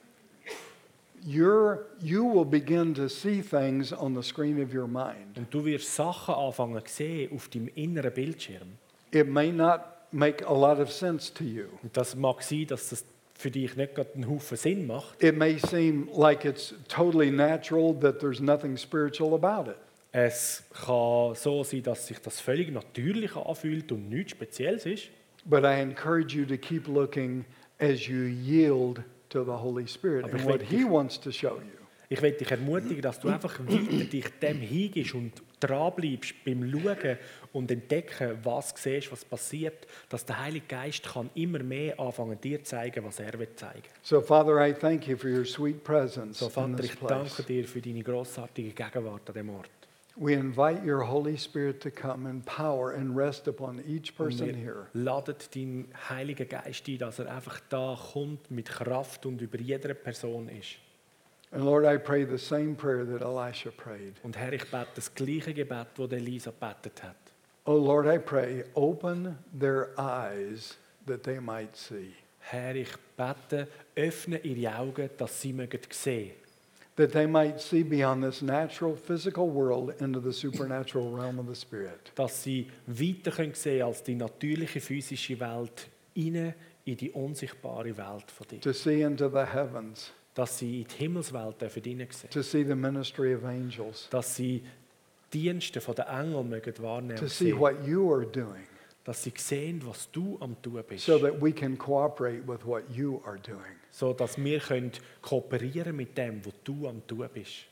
You will begin to see things on the screen of your mind. Und du wirst Sachen anfangen zu sehen auf deinem inneren Bildschirm. It may not make a lot of sense to you. Und das mag sein, dass das für dich nicht gerade einen Haufen Sinn macht. It may seem like it's totally natural, that there's nothing spiritual about it. Es kann so sein, dass sich das völlig natürlich anfühlt und nichts Spezielles ist. But I encourage you to keep looking as you yield to the Holy Spirit Aber and ich what will He wants to show you. Ich will dich ermutigen, dass du einfach weiter dich dem hingibst und dranbleibst beim Schauen und Entdecken, was du siehst, was passiert, dass der Heilige Geist kann immer mehr anfangen, dir zu zeigen, was er will zeigen. So, Father, I thank you for your sweet presence So, in Vater, this ich danke place. dir für deine grossartige Gegenwart an diesem Ort. We invite your Holy Spirit to come in power and rest upon each Und person wir here. laden deinen Heiligen Geist ein, dass er einfach da kommt mit Kraft und über jeder Person ist. And Lord, I pray the same prayer that Elisha prayed. Und Herr, ich bete das gleiche Gebet, das Elisa gebetet hat. Oh Lord, I pray, open their eyes that they might see. Herr, ich bete, öffne ihre Augen, dass sie sehen mögen. that they might see beyond this natural physical world into the supernatural realm of the Spirit. Dass sie weiter können sehen als die natürliche physische Welt, rein in die unsichtbare Welt von dir. To see into the heavens, Dass sie in die Himmelswelt hineinsehen dürfen. to see the ministry of angels, Dass sie Dienste von den Engeln mögen wahrnehmen to und see sehen. what you are doing, Dass sie sehen, was du am tun bist. so that we can cooperate with what you are doing. So dass wir können kooperieren mit dem, was du am tun bist.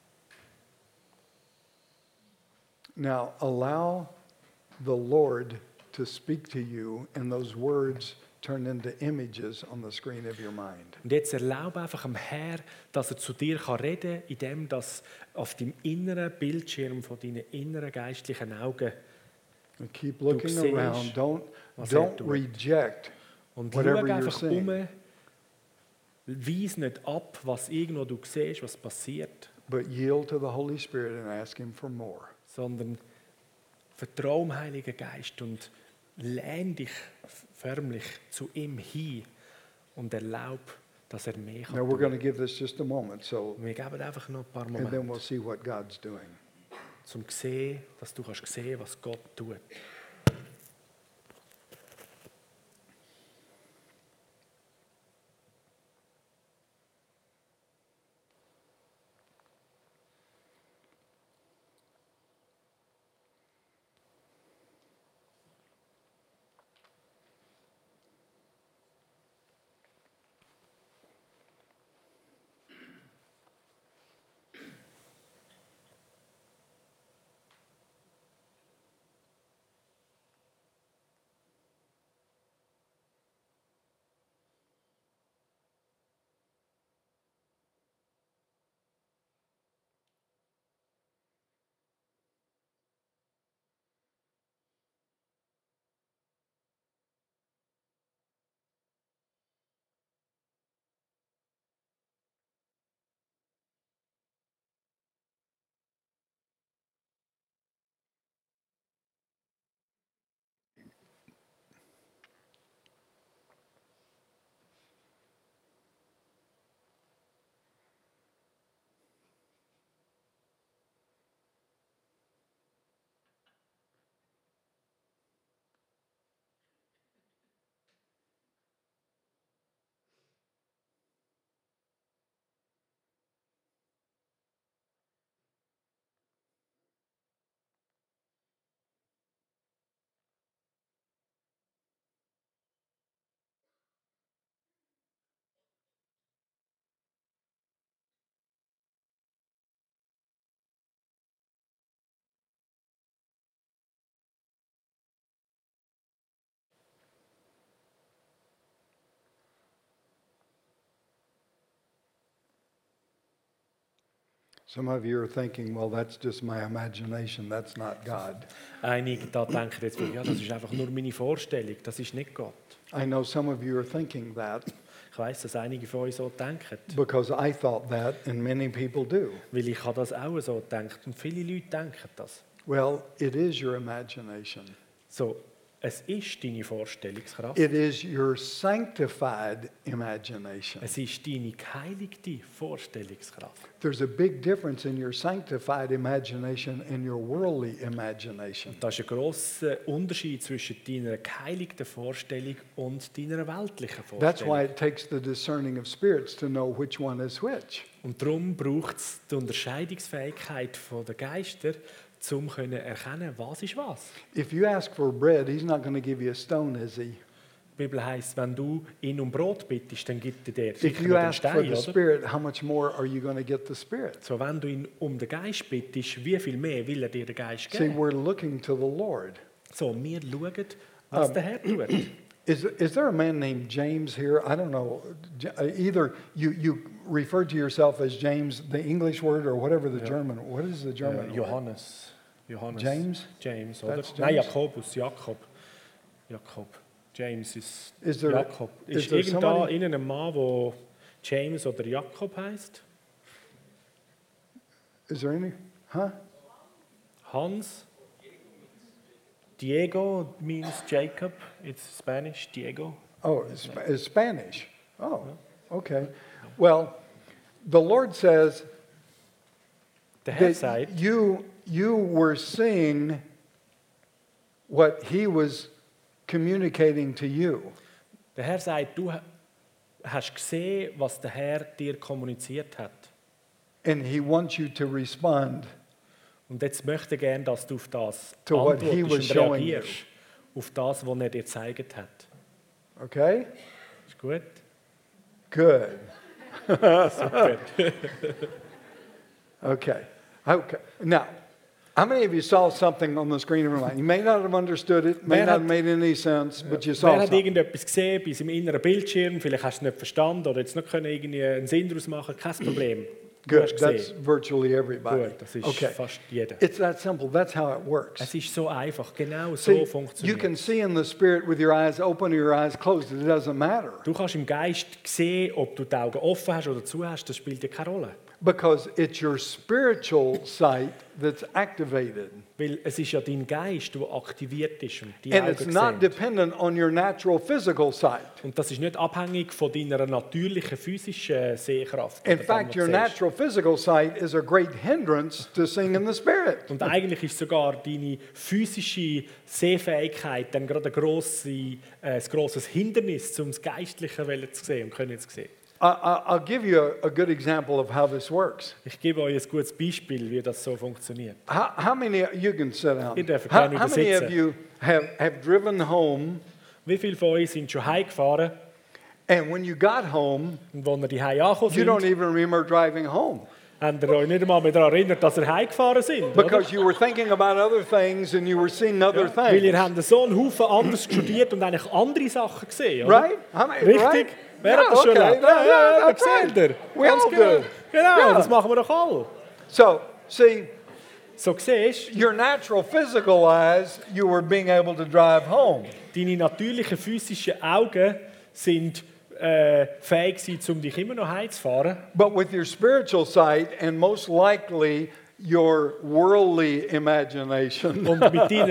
Now, allow the Lord to speak to you, and those words turn into images on the screen of your mind. Und jetzt erlaube einfach dem Herr, dass er zu dir reden kann, indem das auf deinem inneren Bildschirm von deinen inneren geistlichen Augen And keep looking siehst, around. was er Don't tut. reject und schau whatever you're einfach seeing, weise nicht ab, was irgendwo du siehst, was passiert, but yield to the Holy Spirit and ask Him for more. sondern vertraue dem Heiligen Geist und lehn dich förmlich zu ihm hin und erlaube, dass er mehr Now, we're kann going to tun. give this just a moment, so, Wir geben einfach noch ein paar and then Momente, we'll see what God's doing. um zu sehen, dass du kannst sehen, was Gott tut. Some of you are thinking, well, that's just my imagination, that's not God. Einige da denken jetzt, ja, das ist einfach nur meine Vorstellung, das ist nicht Gott. I know some of you are thinking that Ich weiss, dass einige von euch so denken, because I thought that, and many people do. weil ich habe das auch so gedacht und viele Leute denken das. Well, it is your imagination. So, es ist deine Vorstellungskraft, It is your sanctified imagination. es ist deine geheiligte Vorstellungskraft. There's a big difference in your sanctified imagination and your worldly imagination. Da ist ein grosser Unterschied zwischen deiner geheiligten Vorstellung und deiner weltlichen That's why Vorstellung. it takes the discerning of spirits to know which one is which. Und darum braucht es die Unterscheidungsfähigkeit der Geister, um zu erkennen, was ist was. If you ask for bread, he's not going to give you a stone, is he? Die Bibel heisst, wenn du ihn um Brot bittest, dann gibt er dir If sicher you nicht einen ask for Stein, the oder? Spirit, how much more are you going to get the Spirit? So, wenn du ihn um den Geist bittest, wie viel mehr will er dir den Geist See, geben? we're looking to the Lord. So, wir schauen, was der Herr tut. Is there a man named James here? I don't know. Either you refer to yourself as James, the English word, or whatever the German. What is the German word? Johannes. James? James, oder? That's Nein, James? Jakobus, Jakob. James ist Is there- Jakob. is Ist there irgend somebody- da ein Mann, der James oder Jakob heisst? Is there any? Huh? Hans? Diego means Jacob. It's Spanish, Diego. Oh, it's Spanish. Oh, okay. Well, the Lord says Der Herr that sagt, you were seeing what he was communicating to you. der Herr sagt, du hast gesehen, was der Herr dir kommuniziert hat. And he wants you to respond Und jetzt möchte er gerne, dass du auf das to what he antwortest was und showing you. reagierst. Auf das, was er dir gezeigt hat. Okay? Ist gut? Good. Super. Okay. Okay. Now, how many of you saw something on the screen of your mind? You may not have understood it, may Wer not hat- have made any sense, but you Wer saw hat something. irgendetwas gesehen bei seinem inneren Bildschirm? Vielleicht hast du es nicht verstanden oder jetzt nicht können irgendwie einen Sinn daraus machen. Kein Problem. Du hast Good. That's gesehen. virtually everybody. Gut, das ist Okay. fast jeder. It's that simple. That's how it works. Es ist so einfach. Genau See, so you funktioniert can see in the spirit with your eyes open or your eyes closed. It doesn't matter. Du kannst im Geist sehen, ob du die Augen offen hast oder zu hast. Das spielt dir keine Rolle. Because it's your spiritual sight that's activated. Weil es ist ja dein Geist, der aktiviert ist und die And Augen it's not sehen. dependent on your natural physical sight. Und das ist nicht abhängig von deiner natürlichen physischen Sehkraft. In oder dem, fact, was your du siehst. natural physical sight is a great hindrance to seeing in the spirit. Und eigentlich ist sogar deine physische Sehfähigkeit dann gerade ein grosses Hindernis, um das Geistliche zu sehen und können zu sehen. I'll give you a good example of how this works. Ich gebe euch ein gutes Beispiel, wie das so funktioniert. How many, you can sit down. Ihr dürft How, gerne how many of sitzen. you have driven home, Wie viele von euch sind schon heimgefahren and when you got home, und als ihr die Heim angekommen you don't sind, even remember driving home? habt ihr euch nicht einmal mehr daran erinnert, dass ihr heimgefahren sind? Oder? Because you were thinking about other things and you were seeing other Weil ihr things. habt so einen Haufen anders studiert und eigentlich andere Sachen gesehen, oder? Right? Richtig? Right? Wer hat das schon erlebt? That's das seht ihr. We Ganz all gut. do. Genau, Yeah. das machen wir doch alle. So, see, So siehst du, your natural physical eyes, you were being able to drive home. deine natürlichen physischen Augen sind fähig gewesen, um dich immer noch heimzufahren. But with your spiritual sight and most likely your worldly imagination, Und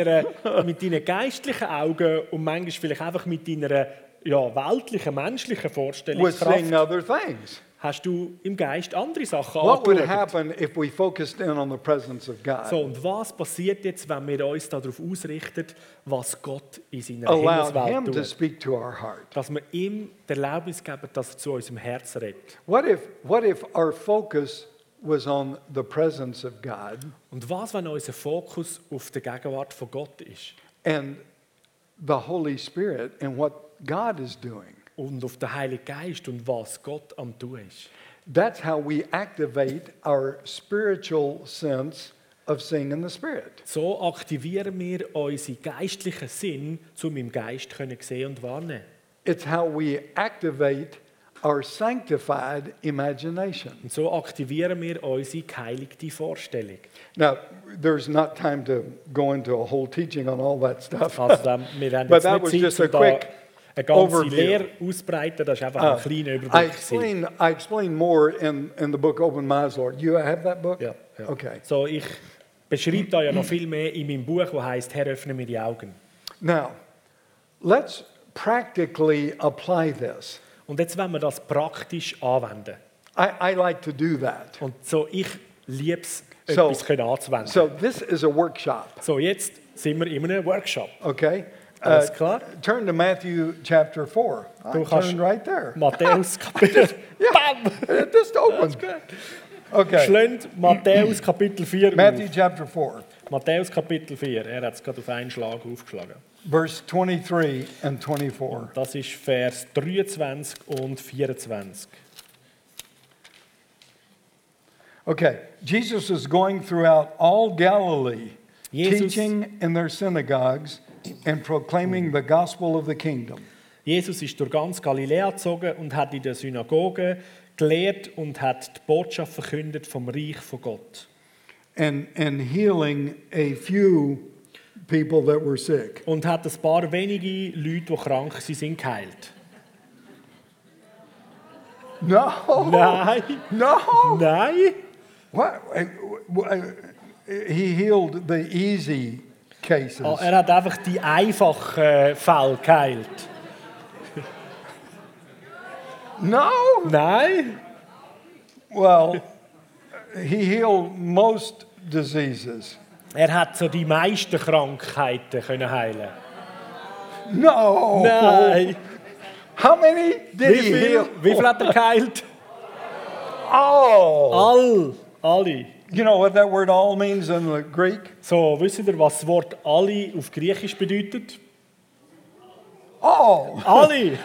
mit deinen geistlichen Augen und manchmal vielleicht einfach mit deiner weltlichen, menschlichen was Vorstellungskraft seeing other things. hast du im Geist andere Sachen What would angeschaut. happen if we focused in on the presence of God? So, und was passiert jetzt, wenn wir uns darauf ausrichten, was Gott in seiner Allowed Him Himmelswelt to tut? speak to our heart. Dass wir ihm die Erlaubnis geben, dass er zu unserem Herzen redet. What if our focus was on the presence of God Und was, wenn unser Fokus auf der Gegenwart von Gott ist and the Holy Spirit and what God is doing? und auf den Heiligen Geist und was Gott am tun ist? That's how we activate our spiritual sense of seeing in the Spirit. So aktivieren wir unseren geistlichen Sinn, um im Geist können sehen und wahrnehmen. It's how we activate our sanctified imagination. Und so aktivieren wir unsere geheiligte Vorstellung. Now, there's not time to go into a whole teaching on all that stuff. Also, wir haben But jetzt that was nicht just Zeit, a um da quick eine ganze overview. Lehre auszubreiten. Das ist einfach ein kleiner I Überblick. gewesen. explain more in the book Open My Eyes, Lord. You have that book? Ja, ja. Okay. So, ich beschreibe da ja noch viel mehr in meinem Buch, das heißt Herr, öffne mir die Augen. Now, let's practically apply this. Und jetzt wollen wir das praktisch anwenden. I like to do that. Und so, ich liebe es, So- etwas können anzuwenden. So this is a workshop, So, jetzt sind wir in einem Workshop. okay? Alles klar? Turn to Matthew chapter 4. Du I kannst- turned right there. Matthäus Kapitel. Bam! It just opened. Okay. Schlönt Matthäus Kapitel 4 Matthew auf. chapter 4, Matthäus Kapitel 4. Er hat es gerade auf einen Schlag aufgeschlagen. verse 23 and 24. Das ist Vers 23 und 24. Okay. Jesus is going throughout all Galilee, Jesus- teaching in their synagogues and proclaiming the gospel of the kingdom. Jesus ist durch ganz Galiläa gezogen und hat in der Synagoge gelehrt und hat die Botschaft verkündet vom Reich von Gott. And healing a few people that were sick. Und hat ein paar wenige Leute, die krank sind, geheilt. No. Nein, No. nein. What? He healed the easy cases. Oh, er hat einfach die einfachen Fälle geheilt. No. Nein. Well, He healed most diseases. Er hat so die meisten Krankheiten können heilen. No. Nein. How many did Wie he viel, heal? wie viel hat er geheilt? All. Alle. You know what that word all means in the Greek? So, wisst ihr, was das Wort alle auf Griechisch bedeutet? All. Alle.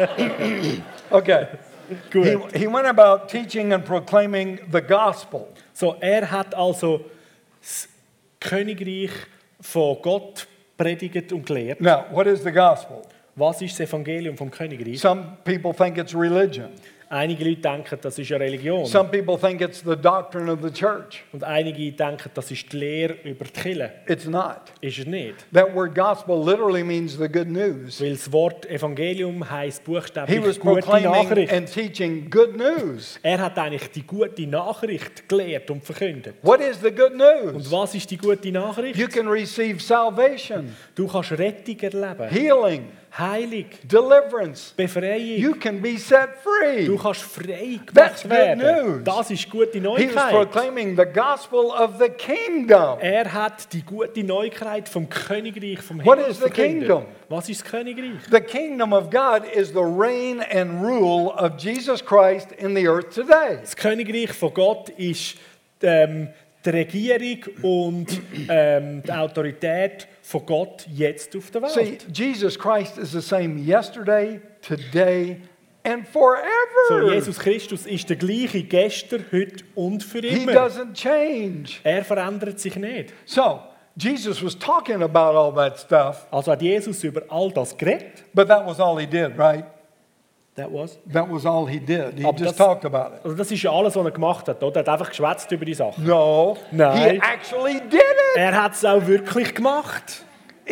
Okay. Gut. He went about teaching and proclaiming the gospel. So, er hat also das Königreich von Gott predigt und gelehrt. Now, what is the gospel? Was ist das Evangelium vom Königreich? Some people think it's religion. Einige Leute denken, das ist eine Religion. Some people think it's the doctrine of the church. Und einige denken, das ist die Lehre über die Kirche. It's not. Ist es nicht. That word gospel literally means the good news. Weil das Wort Evangelium heisst He was buchstäblich gute proclaiming Nachricht. and teaching good news. Er hat eigentlich die gute Nachricht gelehrt und verkündet. What is the good Und news? was ist die gute Nachricht? You can receive salvation, Du kannst Rettung erleben, healing, Heilung, deliverance. Befreiung. You can be set free. Du kannst frei That's gemacht good werden. news. Das ist gute He was Neuigkeit. proclaiming the gospel of the kingdom. Er hat die gute Neuigkeit vom Königreich vom What Himmel is the verkündet. kingdom? Was ist das Königreich? The kingdom of God is the reign and rule of Jesus Christ in the earth today. Das Königreich von Gott ist die Regierung und die Autorität von Gott jetzt auf der Welt. See, Jesus Christ is the same yesterday, today, and So, forever. Jesus Christus ist der gleiche gestern, heute und für He immer. doesn't change. Er verändert sich nicht. So, Jesus was talking about all that stuff, Also hat Jesus über all das geredet. but that was all he did, right? That was. That was all he did. He Aber just das- talked about it. Also das ist ja alles, was er gemacht hat. Oder? Er hat einfach geschwätzt über die Sachen. No, Nein. he actually did it. Er hat es auch wirklich gemacht.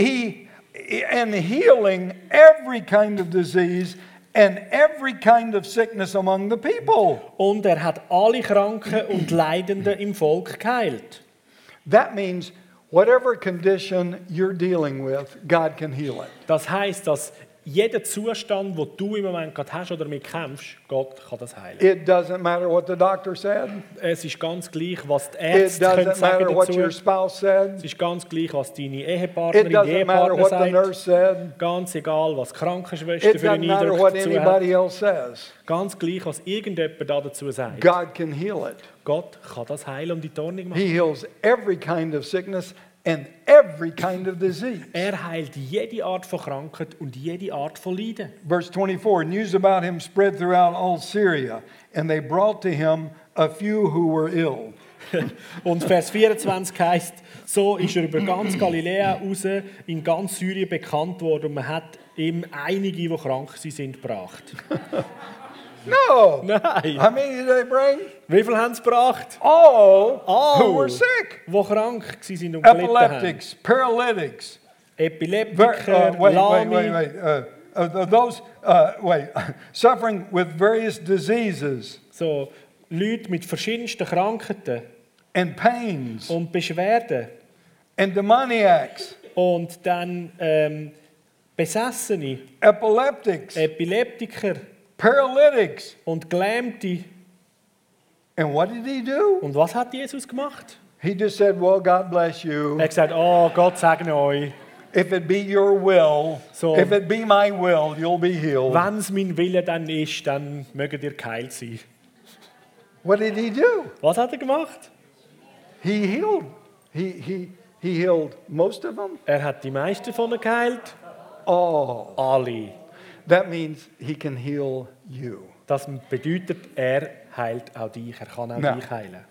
And healing every kind of disease and every kind of sickness among the people. Und er hat alle Kranken und Leidenden im Volk geheilt. That means whatever condition you're dealing with, God can heal it. Das heisst, dass jeder Zustand, den du im Moment gerade hast oder mit kämpfst, Gott kann das heilen. It doesn't matter what the doctor said. Es ist ganz gleich, was die It Ärzte können doesn't sagen matter what dazu. your spouse said. Es ist ganz gleich, was deine It Ehepartnerin, doesn't matter Ehepartner what the sagt. nurse said. Ganz egal, was die Krankenschwester It für einen doesn't matter Eindruck what dazu anybody hat. else says. Ganz gleich, was irgendjemand da dazu sagt. God can heal it. Gott kann das heilen und in die Ordnung machen. He heals every kind of sickness and every kind of disease. Er heilt jede Art von Krankheit und jede Art von Leiden. Verse 24, news about him spread throughout all Syria, and they brought to him a few who were ill. Und Vers 24 heisst, so ist er über ganz Galiläa raus, in ganz Syrien bekannt worden und man hat ihm einige, die krank sind, gebracht. No! Nein! How many did they bring? Wie viele haben es gebracht? All All. who were sick. Die krank waren und gelitten haben. Epileptics, paralytics. Epileptiker, Lahme, suffering with various diseases so Leute mit verschiedensten Krankheiten and pains und Beschwerden and demoniacs, und dann Besessene, epileptics, Epileptiker paralytics. und Gelähmte. And what did he do? Und was hat Jesus gemacht? He just said, well, God bless you. Er hat gesagt, oh Gott segne euch. If it be your will, So- if it be my will, you'll be healed. Wenn es mein Wille dann ist, dann mögt ihr geheilt sein. What did he do? Was hat er gemacht? He healed. He healed most of them. Er hat die meisten von ihnen geheilt. All. Alle. That means he can heal you. Das bedeutet, er heilt auch dich. Er kann auch Ja. dich heilen.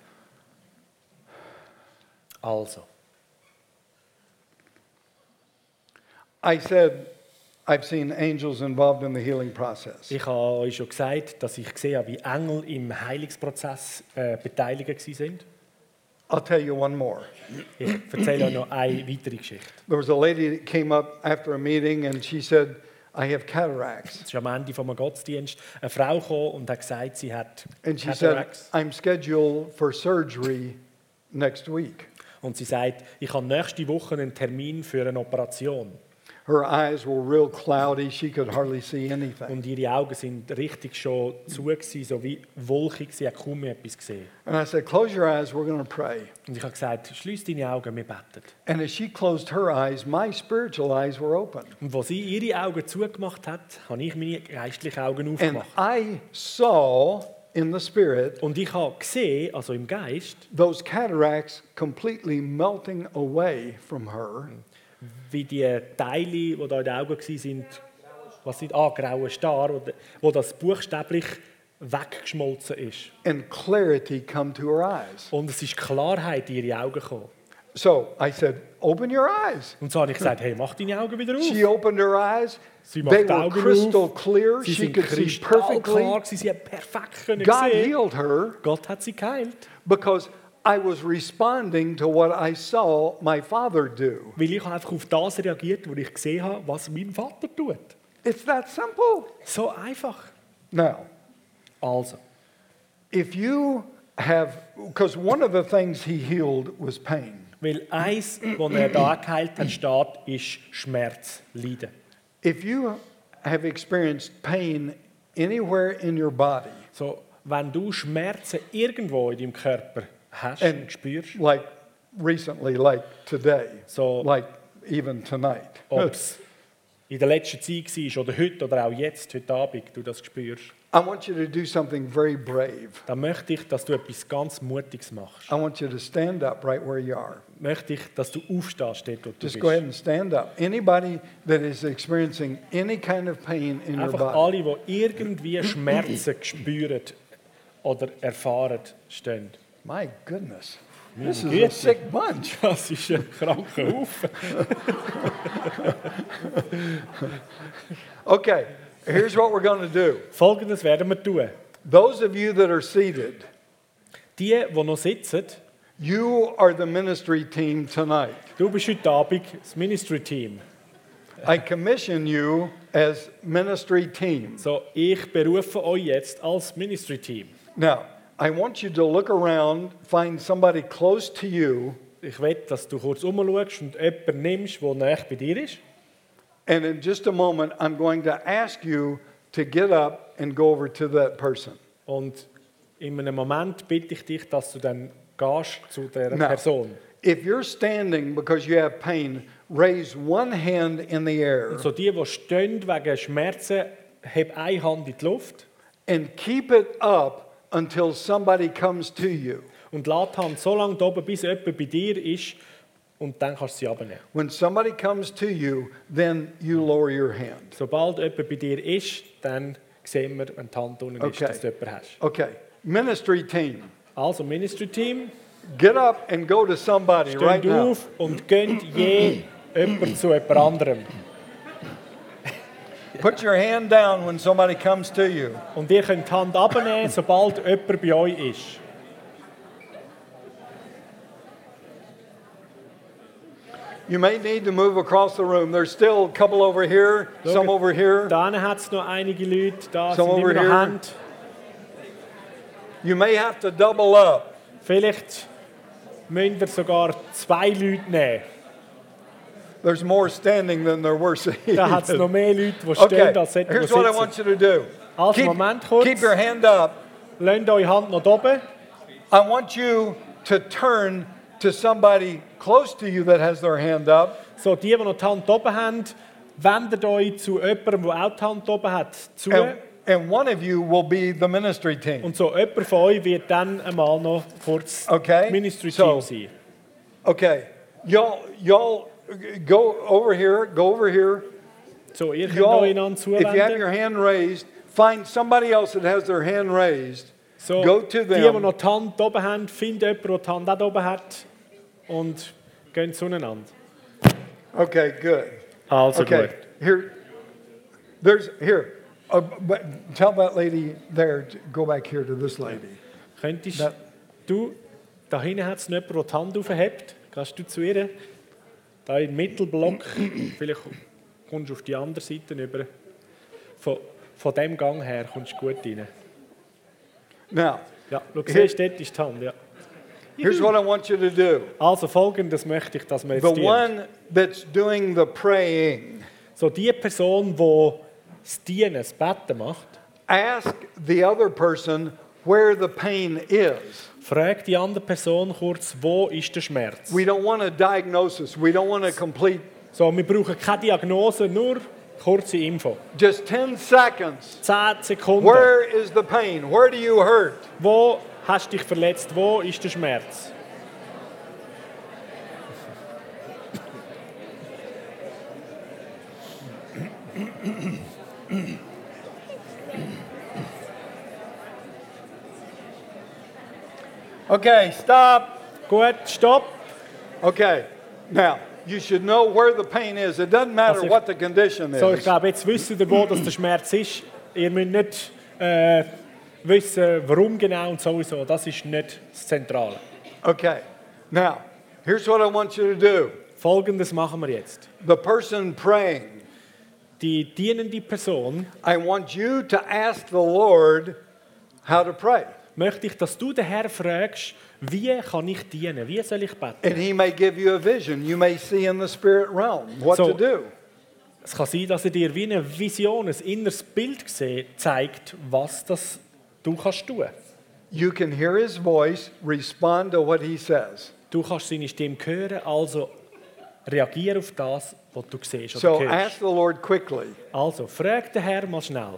Also, I said, I've seen angels involved in the healing process. ich habe euch schon gesagt, dass ich gesehen habe, wie Engel im Heilungsprozess beteiligt waren. I'll tell you one more. Ich erzähle euch noch eine weitere Geschichte. There was a lady that came up after a meeting and she said, I have cataracts. Es ist am Ende vom Gottesdienst eine Frau gekommen und hat gesagt, sie hat And she said, Cataracts. I'm scheduled for surgery next week. Und sie sagt, ich habe nächste Woche einen Termin für eine Operation. Her eyes were real cloudy. She could hardly see anything. Und ihre Augen sind richtig schon zu gewesen, so wie wolkig, sie hat kaum mehr etwas gesehen. And I said, close your eyes, we're going to pray. Und ich habe gesagt, schließ deine Augen, wir beten. And as she closed her eyes, my spiritual eyes were open. Und als sie ihre Augen zugemacht hat, habe ich meine geistlichen Augen And aufgemacht. I saw in the Spirit Und ich habe gesehen, also im Geist, those cataracts completely melting away from her. wie die Teile, die da in den Augen waren, was sind graue Star, wo das buchstäblich weggeschmolzen ist. And clarity come to her eyes. Und es ist Klarheit in ihre Augen gekommen. So I said, open your eyes. Und so habe ich gesagt, hey, mach deine Augen wieder auf. She opened her eyes. Sie macht They die were Augen crystal auf. clear. Sie She sind could see perfectly. kristallklar, sie hat perfekt können God sehen. healed her Gott hat sie geheilt. because I was responding to what I saw my father do. Weil ich einfach auf das reagiert, was ich gesehen habe, was mein Vater tut. It's that simple. So einfach. Now, Also, if you have, because one of the things he healed was pain. weil eins, was er da geheilt hat, steht, ist Schmerz, Leiden. If you have experienced pain anywhere in your body, So, wenn du Schmerzen irgendwo in deinem Körper hast And- und spürst, like recently, like today, So- like even tonight, ob es in der letzten Zeit war oder auch jetzt, heute Abend, du das spürst, I want you to do something very brave. dann möchte ich, dass du etwas ganz Mutiges machst. I want you to stand up right where you are. Möchte ich, dass du aufstehst, dort, wo du Just go ahead bist. and stand up. Anybody that is experiencing any kind of pain in your Einfach body, alle, die irgendwie Schmerzen spüren oder erfahren, stehen. my goodness, this is a Güte. sick bunch. Das ist ein kranker Haufen. Okay, here's what we're going to do. Folgendes werden wir tun. Those of you that are seated, Die noch sitzen, you are the ministry team tonight. du bist heute Abend das Ministry-Team. I commission you as ministry team. So, ich berufe euch jetzt als Ministry-Team. Now, I want you to look around, find somebody close to you, Ich will, dass du kurz umschaust und jemanden nimmst, der nahe bei dir ist. and in just a moment, I'm going to ask you to get up and go over to that person. Und in einem Moment bitte ich dich, dass du dann gehst zu dieser Now, Person. if you're standing because you have pain, raise one hand in the air So die stehen wegen Schmerzen, heb eine Hand in die Luft and keep it up until somebody comes to you. und lass die Hand so lange da oben, bis jemand bei dir ist und dann kannst du sie abnehmen. When somebody comes to you, then you lower your hand. Sobald jemand bei dir ist, dann sehen wir, wenn die Hand unten ist, Okay. dass du jemanden hast. Okay, ministry team, Also Ministry-Team, get up and go to somebody right steht now. auf und gönnt je jemand zu jemand anderem. Put your hand down when somebody comes to you. Und ihr könnt die Hand abnehmen, sobald jemand bei euch ist. You may need to move across the room. There's still a couple over here, some over here. Da hat es noch einige Leute, da Some sind over immer noch here. Hände. You may have to double up. Vielleicht müsst ihr sogar 2 Leute nehmen. There's more standing than there were seated. Da hat es noch mehr Leute, die Okay, stehen, als solche, die here's what I sitzen. want you to do. Also, Moment kurz. Keep your hand up. Lasst eure Hand noch oben. I want you to turn to somebody close to you that has their hand up. So, die noch die Hand oben haben, wendet euch zu jemandem, der auch die Hand oben hat, zu. And one of you will be the ministry team. Und so jemand von euch wird dann einmal noch kurz Okay, Ministry-Team so- sein. Okay, y'all go over here. So, ihr könnt Y'all, euch einander if you have your zuwenden. hand raised, find somebody else that has their hand raised. So, Go to die, die them. noch die Hand oben haben, findet jemanden, der die Hand auch oben hat und gehen zueinander. Okay, good. Also Okay, gut. here. But tell that lady there to go back here to this lady. Könntest Da- du, da hinten hat es noch jemanden, der die Hand aufhebt. Kannst du zu ihr? Da im Mittelblock. Vielleicht kommst du auf die andere Seite rüber. Von dem Gang her kommst du gut rein. Now, Ja, schau, siehst du, dort ist die Hand. Ja. here's what I want you to do. Also folgendes möchte ich, dass wir The jetzt tun. one that's doing the praying, So die Person, die das Dienen, das Betten macht, ask the other person where the pain is. fragt die andere Person kurz, wo ist der Schmerz? We don't want a diagnosis. We don't want a complete, So, wir brauchen keine Diagnose, nur kurze Info. just 10 seconds. 10 Sekunden. Where is the pain? Where do you hurt? Wo hast du dich verletzt? Wo ist der Schmerz? Okay, stop. Gut, stopp. Okay, now you should know where the pain is. It doesn't matter Also ich- what the condition So, ich is. glaube, jetzt wisst ihr, wo das der Schmerz ist. Ihr müsst nicht wissen, warum genau und sowieso. Das ist nicht das Zentrale. Okay, now here's what I want you to do. Folgendes machen wir jetzt. The person praying, Die dienende Person I want you to ask the Lord how to pray. möchte ich, dass du den Herrn fragst, wie kann ich dienen? Wie soll ich beten? And He may give you a vision. You may see in the spirit realm what So- to do. Es kann sein, dass er dir wie eine Vision, ein inneres Bild zeigt, was das du kannst tun. You can hear His voice, respond to what He says. Du kannst seine Stimme hören, also reagiere auf das, was du siehst oder So hörst. ask the Lord quickly. Also, frag den Herrn mal schnell.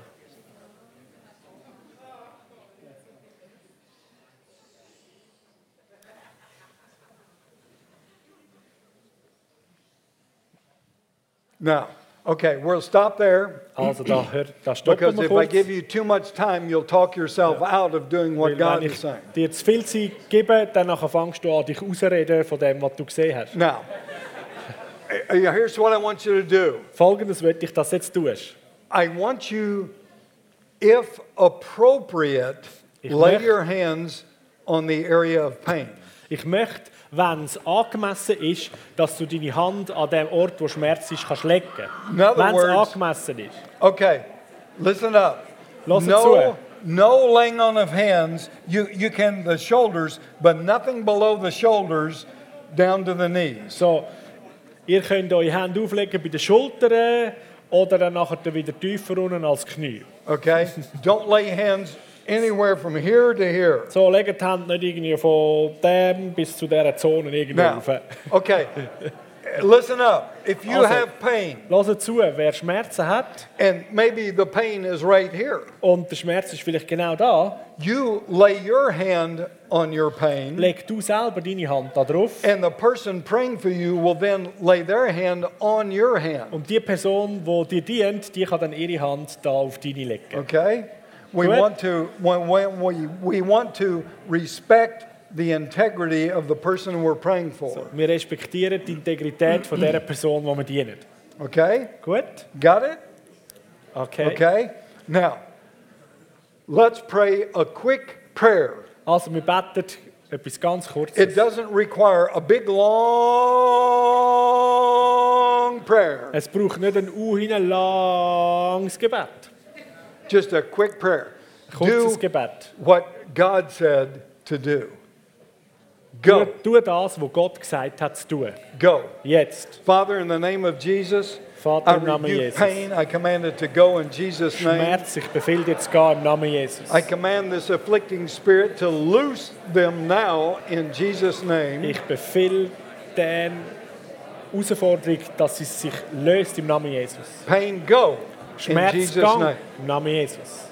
Now, okay, we'll stop there Also, da stoppen because wir if I kurz. give you too much time, you'll talk yourself out of doing what Weil God wenn is ich saying. dir zu viel Zeit gebe, dann nachher fängst du an, dich auszureden von dem, was du gesehen hast. Now, here's what I want you to do. Folgendes möchte ich, dass du jetzt tust. I want you, if appropriate, Ich lay möchte- your hands on the area of pain. Ich möchte, wenn es angemessen ist, dass du deine Hand an dem Ort, wo Schmerz ist, kannst legen. In other Wenn es words- angemessen ist. Okay, listen up. Lass es No, zu. no laying on of hands. You can the shoulders, but nothing below the shoulders down to the knees. So, ihr könnt eure Hände auflegen bei den Schultern oder dann nachher wieder tiefer unten als Knie. Okay? Don't lay hands anywhere from here to here. So, legt die Hände nicht irgendwie von dem bis zu dieser Zone irgendwie Now, auf. okay. Listen up. If you Also- have pain, Hört zu, wer Schmerzen hat and maybe the pain is right here, und der Schmerz ist vielleicht genau da, you lay your hand on your pain, leg du selber deine Hand da drauf and the person praying for you will then lay their hand on your hand. und die Person, die dir dient, die kann dann ihre Hand da auf deine legen. Okay? We Good. want to we want to respect the integrity of the person we're praying for. Wir respektieren die Integrität von der Person, die wir dienen. Okay? Gut? Got it? Okay. Okay? Now, let's pray a quick prayer. Also, wir beten etwas ganz Kurzes. It doesn't require a big long prayer. Es braucht nicht ein langes Gebet. Just a quick prayer. Kurzes Do Gebet. what God said to do. Go. Tu das, was Gott gesagt hat zu tun. Go. Jetzt. Father, in the name of Jesus, Vater, I im Namen rebuke Jesus. pain. I command it to go in Jesus' name. Schmerz, ich befehle dir zu gehen im Namen Jesus. I command this afflicting spirit to loose them now in Jesus' name. Ich befehle den Herausforderung, dass sie sich löst im Namen Jesus. Pain, go in Schmerz, Jesus' gang name. im Namen Jesus.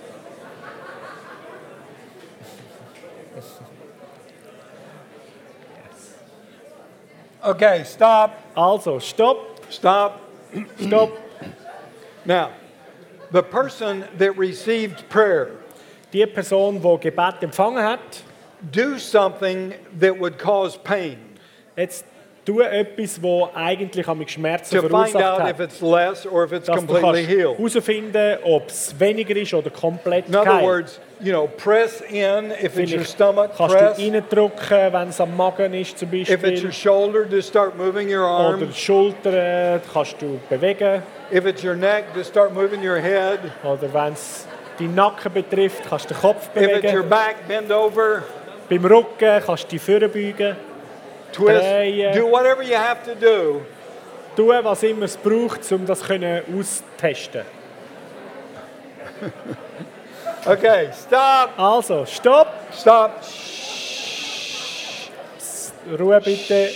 Okay, stop. Also, stopp, Stop. stopp. Now, the person that received prayer, Die Person, die Gebet empfangen hat, do something that would cause pain jetzt tu etwas, das eigentlich an mich Schmerzen to find verursacht out hat. if it's less or if it's Dass du completely kannst healed. herausfinden, ob es weniger ist oder komplett In other geheilt. words, press in if it's your Vielleicht stomach, kannst press. du reindrücken, wenn es am Magen ist zum If it's your Beispiel. shoulder, just start moving your Oder arm. die Schultern kannst du bewegen. If it's your neck, just start moving your head. Oder wenn es deinen Nacken betrifft, kannst du den Kopf If it's your bewegen. back, bend over, Beim Rücken kannst du die Füße beugen. twist, Drehen. do whatever you have to do tun, was immer es braucht, um das auszutesten. Okay, stop. Also, stopp. Stop. Ruhe bitte.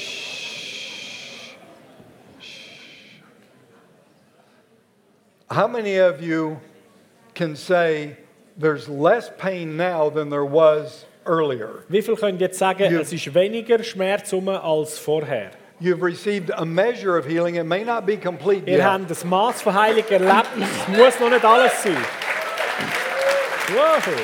How many of you can say there's less pain now than there was earlier? Wie viel könnt ihr jetzt sagen, es ist weniger Schmerz als vorher? You've received a measure of healing. It may not be complete Ihr yet. habt das Maß von Heilung erlebt. Es muss noch nicht alles sein. Wow.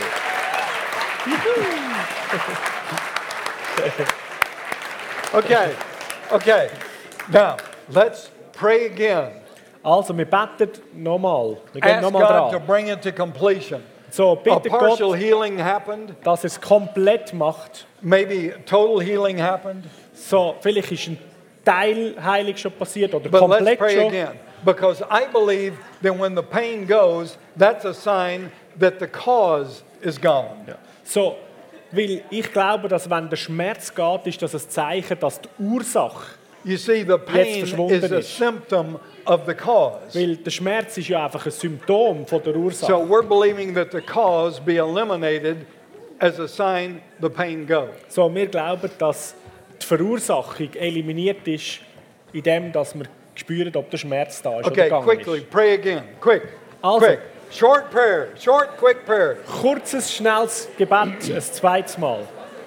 Okay, okay. Now, let's pray again. Also, wir beten nochmal. Wir gehen Ask nochmal God to dran. bring it to completion. So, A bitte partial Gott, healing happened. dass es komplett macht. Maybe total healing happened. So, vielleicht ist ein Teil Heilung schon passiert oder But let's komplett pray schon. again. Because I believe that when the pain goes, that's a sign that the cause is gone. Ja. So, weil ich glaube, dass wenn der Schmerz geht, ist das ein Zeichen, dass die Ursache, You see, the pain verschwunden is a ist. symptom of the cause. weil der Schmerz ist ja einfach ein Symptom von der Ursache. So we're believing that the cause be eliminated as a sign the pain goes. So, wir glauben, dass die Verursachung eliminiert ist, indem dass wir spüren, ob der Schmerz da ist oder Okay, gegangen quickly, ist. pray again. Quick, Also. quick. Short prayer, short, quick prayer. Kurzes, schnelles Gebet, ein zweites Mal.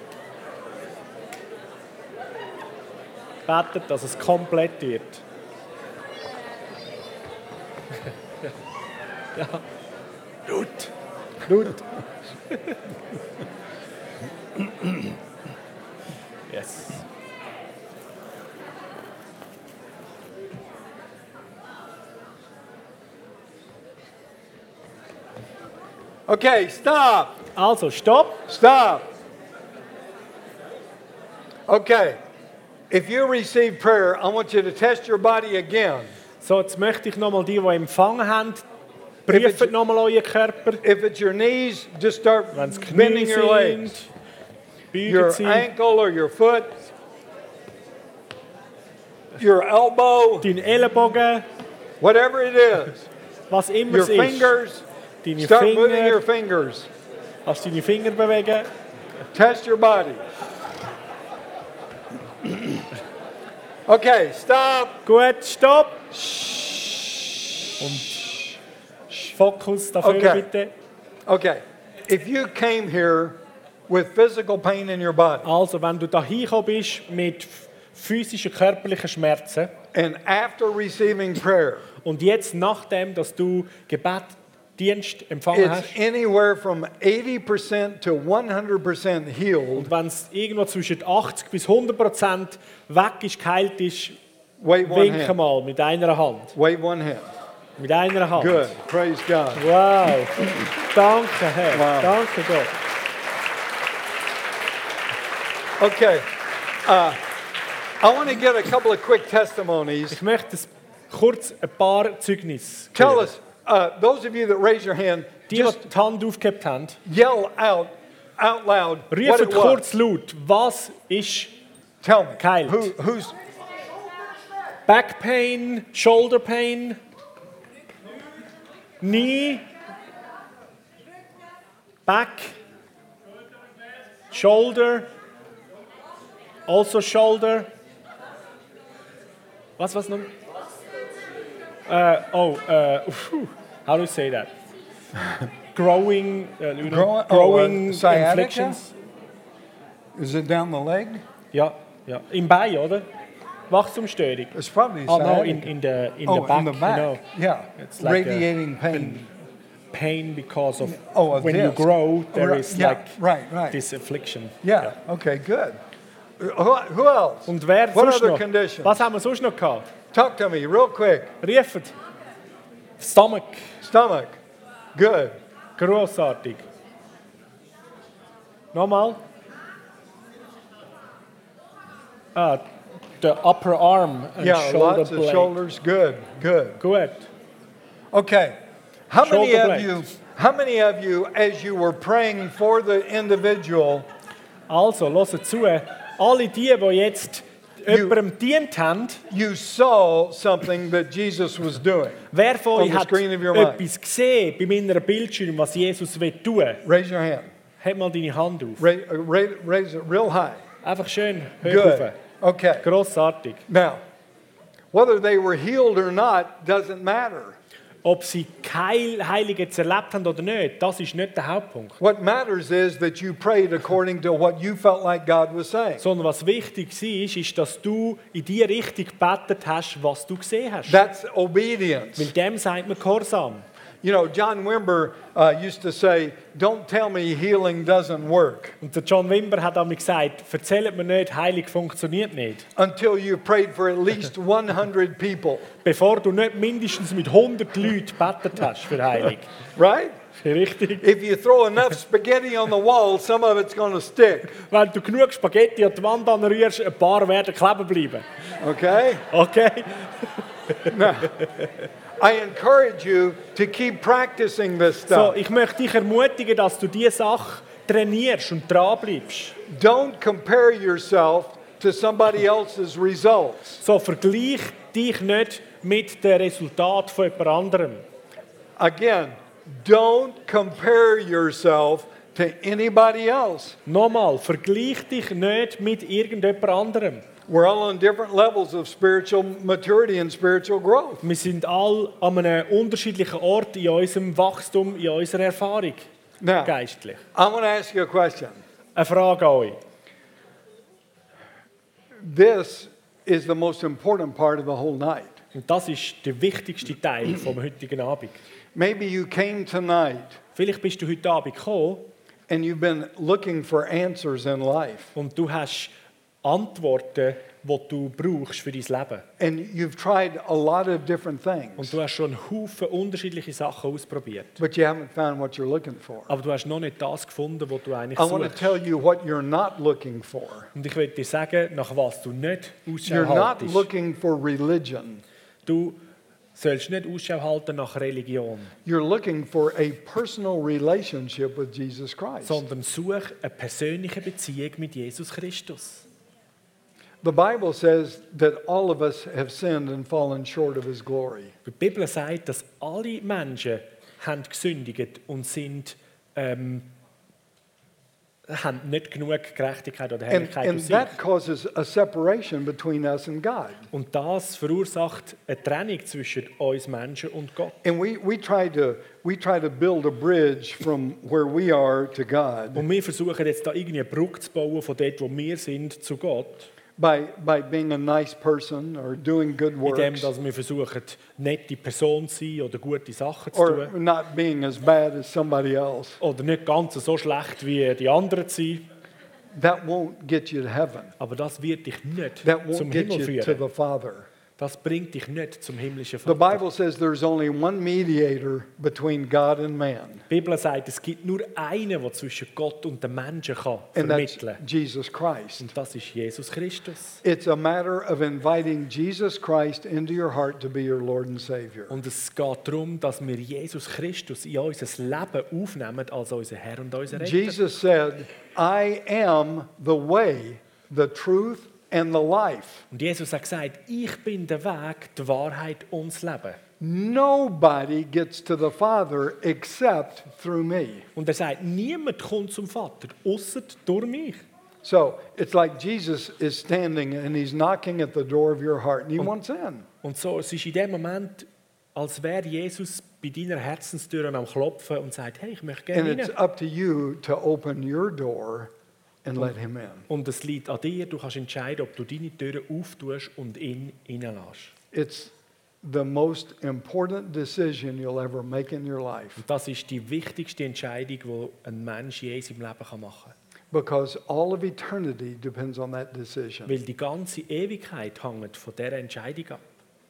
Betet, dass es komplett wird. Ja. Gut. Gut. Yes. Okay, stop, Also, stopp. stop. Okay, if you receive prayer, I want you to test your body again. So, jetzt möchte ich nochmal die empfangen haben, prüfen nochmal euren Körper. If it's your knees, just start Wenn es Knie bending your sind, legs, beugen your sie, ankle or your foot, your elbow, deinen Ellenbogen, whatever it is, was immer your es ist. fingers. Deine Start moving your Finger, fingers. kannst deine Finger bewegen. Test your body. Okay, stop. Gut, stopp. Und Fokus dafür Okay. bitte. Okay, if you came here with physical pain in your body, Also, wenn du da hingekommen bist mit physischen, körperlichen Schmerzen and after receiving prayer, und jetzt, nachdem dass du Gebetdienst empfangen it's hast, anywhere from 80% to 100% healed, und wenn es irgendwo zwischen 80 bis 100% weg ist, geheilt ist, wave one winke hand. mal mit einer Hand. Wave one hand. Mit einer Hand. Good. Praise God. Wow. Danke, Herr. Wow. Danke, Gott. Okay. I want to get a couple of quick testimonies. Ich möchte kurz ein paar Zeugnisse Tell hören. us, those of you that raise your hand, Die, just die die Hand aufgehebt haben, yell out loud what rufen it was. kurz laut, was ist Tell me. Geheilt. Who's Back pain, shoulder pain, knee, back, shoulder, also shoulder. Was noch? How do you say that? Growing, growing sciatica? inflections. Is it down the leg? Ja, ja. Im Bein, oder? Wachstumsstörung. It's probably Oh no, sciatica. in the Oh, back, in the back. you know, Yeah. It's like Radiating pain. pain because of Oh, of when you this. grow, there Right, is yeah, like right. this affliction. Yeah. Okay, good. Who else? Und wer What sonst other noch? conditions? Was haben wir sonst noch gehabt? Talk to me real quick. Rufen. Stomach. Stomach. Good. Grossartig. Nochmal. The upper arm and Yeah, shoulder lots of blade. shoulders. Good. Gut. Okay. How many Shoulder of blade. you? How many of you, as you were praying for the individual, Also, hört zu. Alle die jetzt jemandem dient habt, you saw something that Jesus was doing. wer von On euch the hat screen of your mind. etwas gesehen bei meiner Bildschirm, was Jesus will tun? Raise your hand. Heb mal deine Hand auf. Raise it real high. Einfach schön hoch Good. rauf. Okay. Grossartig. Now, whether they were healed or not doesn't matter. Ob sie kein Heilig jetzt erlebt haben oder nicht, das ist nicht der Hauptpunkt. What matters is that you prayed according to what you felt like God was saying. Sondern was wichtig war, ist, dass du in die Richtung gebetet hast, was du gesehen hast. That's obedience. Weil dem sagt man Gehorsam. You know, John Wimber used to say, "Don't tell me healing doesn't work Und der John Wimber hat einmal gesagt, erzählt mir nicht, Heilig funktioniert nicht. until you've prayed for at least 100 people." Bevor du nicht mindestens mit 100 Leuten gebetet hast für Heilig. Right? Richtig? If you throw enough spaghetti on the wall, some of it's going to stick. Wenn du genug Spaghetti an die Wand anrührst, ein paar werden kleben bleiben. Okay? Okay? Now, I encourage you to keep practicing this So, stuff. ich möchte dich ermutigen, dass du diese Sache trainierst und dranbleibst. Don't compare yourself to somebody else's results. So, vergleich dich nicht mit dem Resultat von jemand anderem. Again, don't compare yourself to anybody else. Nochmal, vergleich dich nicht mit irgendjemand anderem. We're all on different levels of spiritual maturity and spiritual growth. Wir sind alle an einem unterschiedlichen Ort in unserem Wachstum, in unserer Erfahrung, Now, geistlich. I want to ask you a question. Eine Frage an euch. This is the most important part of the whole night. Und das ist der wichtigste Teil vom heutigen Abend. Maybe you came tonight Vielleicht bist du heute Abend gekommen and you've been looking for answers in life. und du hast Antworten, die du brauchst für dein Leben. And you've tried a lot of different Und things, du hast schon einen Haufen unterschiedliche Sachen ausprobiert. but you haven't found what you're looking for. Aber du hast noch nicht das gefunden, was du eigentlich I want to suchst. tell you what you're not looking for. Und ich will dir sagen, nach was du nicht Ausschau You're not haltest. looking for religion. Du sollst nicht Ausschau halten nach Religion, You're looking for a personal relationship with Jesus Christ. sondern such eine persönliche Beziehung mit Jesus Christus. The Bible says that all of us have sinned and fallen short of His glory. Die Bibel sagt, dass alle Menschen haben gesündigt und haben nicht genug Gerechtigkeit oder Herrlichkeit And aus sich. that causes a separation between us and God. Und das verursacht eine Trennung zwischen uns Menschen und Gott. And we try to build a bridge from where we are to God Und wir versuchen jetzt da irgendwie eine Brücke zu bauen von dort, wo wir sind, zu Gott, by being a nice person or doing good indem works dass wir versuchen, nette Person zu sein oder gute Sachen zu or tun. not being as bad as somebody else. Oder nicht ganz so schlecht wie die anderen zu sein. That won't get you to heaven. Aber das wird dich nicht That won't zum get Himmel you to führen. the Father. Das bringt dich nicht zum himmlischen The Vater. Bible says there's only one mediator between God and man, Die Bibel sagt, es gibt nur einen, der zwischen Gott und den Menschen kann and that's vermitteln kann. Jesus Christ. Und das ist Jesus Christus. It's a matter of inviting Jesus Christ into your heart to be your Lord and Savior. Und es geht darum, dass wir Jesus Christus in unser Leben aufnehmen als unser Herr und unser Retter. Jesus said, I am the way, the truth, and the life. Und Jesus hat gesagt, ich bin der Weg, die Wahrheit und das Leben. Nobody gets to the Father except through me. Und er sagt, niemand kommt zum Vater, ausser durch mich. So it's like Jesus is standing and he's knocking at the door of your heart and he wants in. Und so, es ist in dem Moment, als wäre Jesus bei deiner Herzenstür am Klopfen und sagt, hey, ich möchte And gerne it's rein. up to you to open your door and let him in. Und es liegt an dir, du kannst entscheiden, ob du deine Türen auftust und ihn reinlässt. It's the most important decision you'll ever make in your life Und das ist die wichtigste Entscheidung, die ein Mensch je in seinem Leben machen kann. because all of eternity depends on that decision. Weil die ganze Ewigkeit hängt von dieser Entscheidung ab.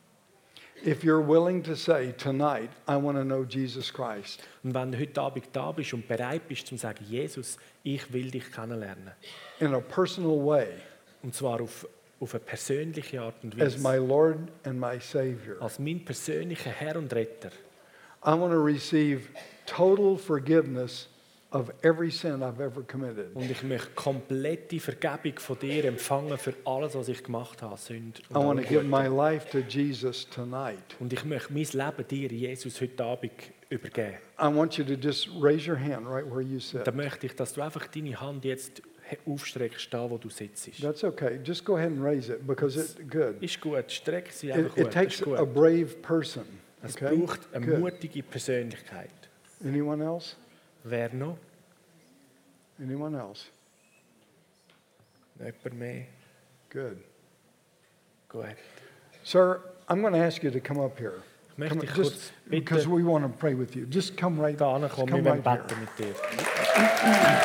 If you're willing to say tonight, I want to know Jesus Christ, Und wenn du heute Abend da bist und bereit bist, zu sagen, Jesus, ich will dich kennenlernen. in a personal way Und zwar auf eine persönliche Art und as my Weise. Lord and my Savior, Als mein persönlicher Herr und Retter. I want to receive total forgiveness of every sin I've ever committed. Und ich möchte komplette Vergebung von dir empfangen für alles, was ich gemacht habe, Sünde I und want to alle give Guten. my life to Jesus tonight. Und ich möchte mein Leben dir, Jesus, heute Abend übergeben. I want you to just raise your hand right where you sit. Dann möchte ich, dass du einfach deine Hand jetzt aufstreckst, da wo du sitzt. That's okay. Just go ahead and raise it because it's good. Ist gut, streck sie einfach It gut. takes Ist gut. a brave person. Es Okay? braucht eine Good. mutige Persönlichkeit. Anyone else? Wer noch? Anyone else? Jemand mehr? Good. Gut. Sir, I'm going to ask you to come up here. Ich möchte dich Just kurz because bitten, we want to pray with you. Just come right, da just ankommen, come wir wollen right beten here. mit dir.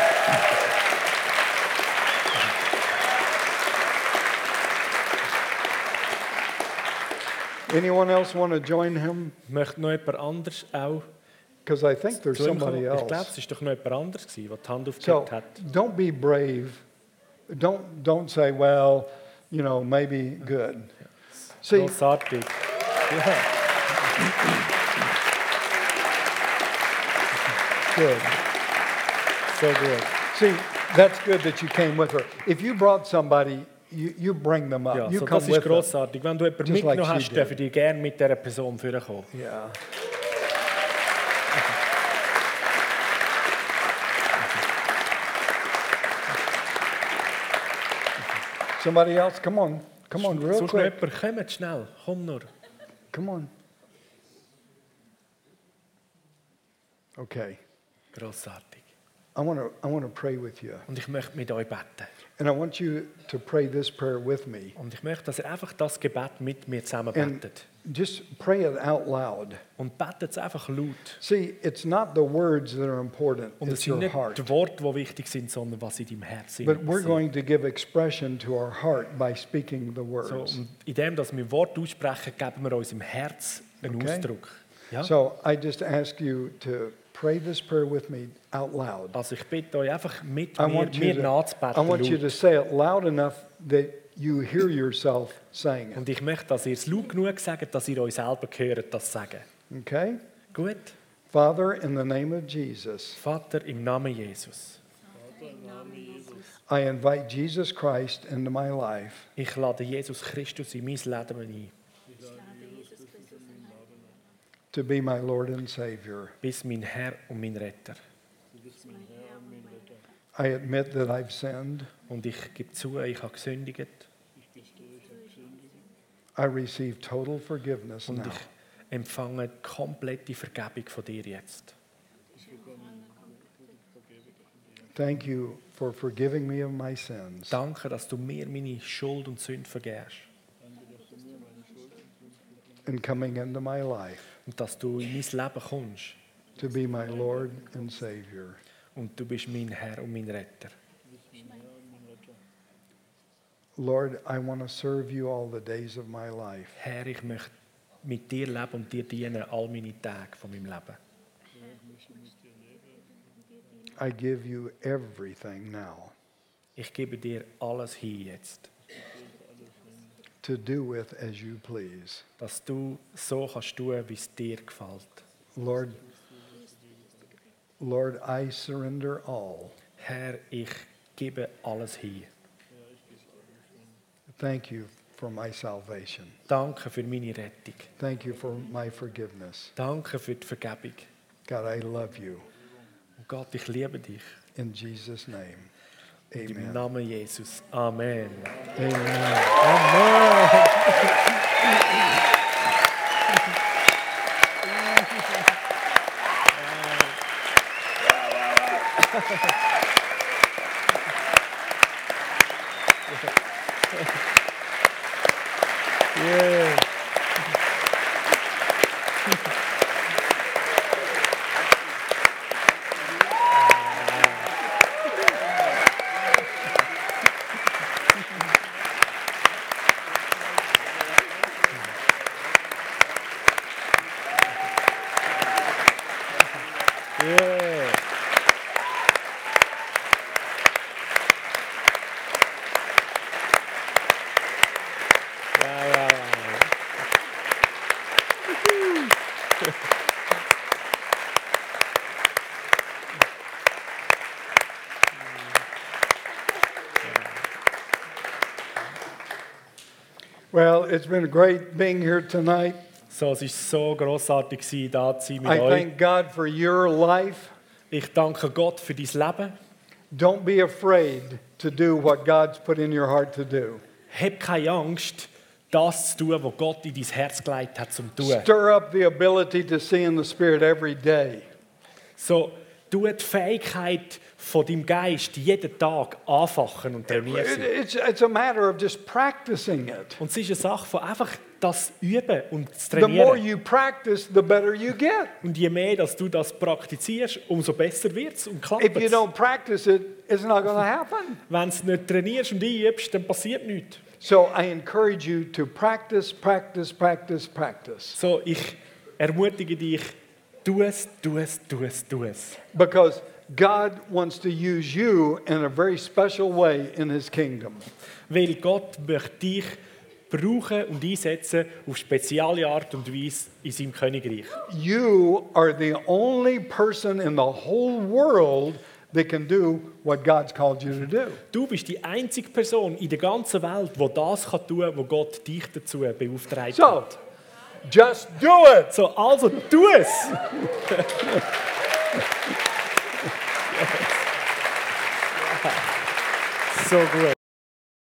Anyone else want to join him? Möchte noch jemand anders auch Because I think there's zu ihm somebody kommen? Ich glaube, else. es war doch noch jemand anders, gewesen, der die Hand So aufgehalten hat. don't be brave. Don't say, well, you know, maybe good. See, Grossartig. Ja, good. so gut. See, that's good that you came with her. If you brought somebody, you bring them up. Ja, You so come das with ist them. grossartig. Wenn du jemanden Just like mitgenommen she hast, did. dürfen die gerne mit dieser Person vorkommen. Yeah. Somebody else, come on real Sonst noch quick. jemand, kommt schnell, komm nur. Come on. Okay. Grossartig. I want to pray with you. Und ich möchte mit euch beten. And I want you to pray this prayer with me. Und ich möchte, dass ihr einfach das Gebet mit mir zusammen And betet. just pray it out loud. Und betet es einfach laut. See, it's not the words that are important, Und es it's sind your nicht heart. die Worte, die wichtig sind, sondern was in deinem Herzen But we're sind. going to give expression to our heart by speaking the So, words. und in dem, dass wir Worte aussprechen, geben wir unserem Herz einen Okay. Ausdruck. Ja? So I just ask you to pray this prayer with me out loud. Also ich bitte euch einfach mit I mir, want you mir to, nachzubeten. I want you to laut. say it loud enough that you hear yourself saying it. Und ich möchte, dass ihr es laut genug sagt, dass ihr euch selber hört, das sagen. Okay? Gut? Father, in the name of Jesus, Vater, im Namen Jesus, I invite Jesus Christ into my life. ich lade Jesus Christus in mein Leben ein, To be my Lord and Savior. bis mein Herr und mein Retter. I admit that I've sinned. Und ich gebe zu, ich habe gesündigt I receive total forgiveness und now. ich empfange komplette Vergebung von dir jetzt. Thank you for forgiving me of my sins. Danke, dass du mir meine Schuld und Sünde vergibst And coming into my life und dass du in mein Leben kommst to be my Lord and Savior. und du bist mein Herr und mein Retter. Lord, I want to serve you all the days of my life. Herr, ich möchte mit dir leben und dir dienen all meine Tage von meinem Leben. I give you everything now Ich gebe dir alles hin jetzt, to do with as you please. dass du so kannst tun, wie es dir gefällt. Lord, I surrender all. Herr, ich gebe alles hin. Thank you for my salvation. Danke für meine Rettung. Thank you for my forgiveness. Danke für die Vergebung. God, I love you. Und Gott, ich liebe dich. In Jesus' name, Im amen. Namen Jesus. Amen. Amen. Amen. Yeah. Yeah. Wow, wow, wow. Well, it's been great being here tonight. So, es war so grossartig, da zu sein mit I euch. thank God for your life. Ich danke Gott für dein Leben. Don't be afraid to do what God's put in your heart to do. Hab keine Angst, das zu tun, was Gott in dein Herz gelegt hat, zum tun. Stir up the ability to see in the Spirit every day. So, tu die Fähigkeit von deinem Geist jeden Tag anfachen und trainieren. It's a matter of just practicing it. Und es ist eine Sache von einfach das Üben und zu The more trainieren. you practice, the better you get. Und je mehr, dass du das praktizierst, umso besser wird es und klappt If you es. don't practice it, it's not going to happen. Wenn du es nicht trainierst und einübst, dann passiert nichts. So I encourage you to practice, practice, practice, practice. So, ich ermutige dich, tu es, tu es, tu es, tu es. Because God wants to use you in a very special way in His kingdom. Weil Gott möchte dich brauchen und einsetzen auf spezielle Art und Weise in seinem Königreich. You are the only person in the whole world that can do what God's called you to do. Du bist die einzige Person in der ganzen Welt, die das tun kann, wo Gott dich dazu beauftragt So, hat. just do it. So, also tu es! So gut.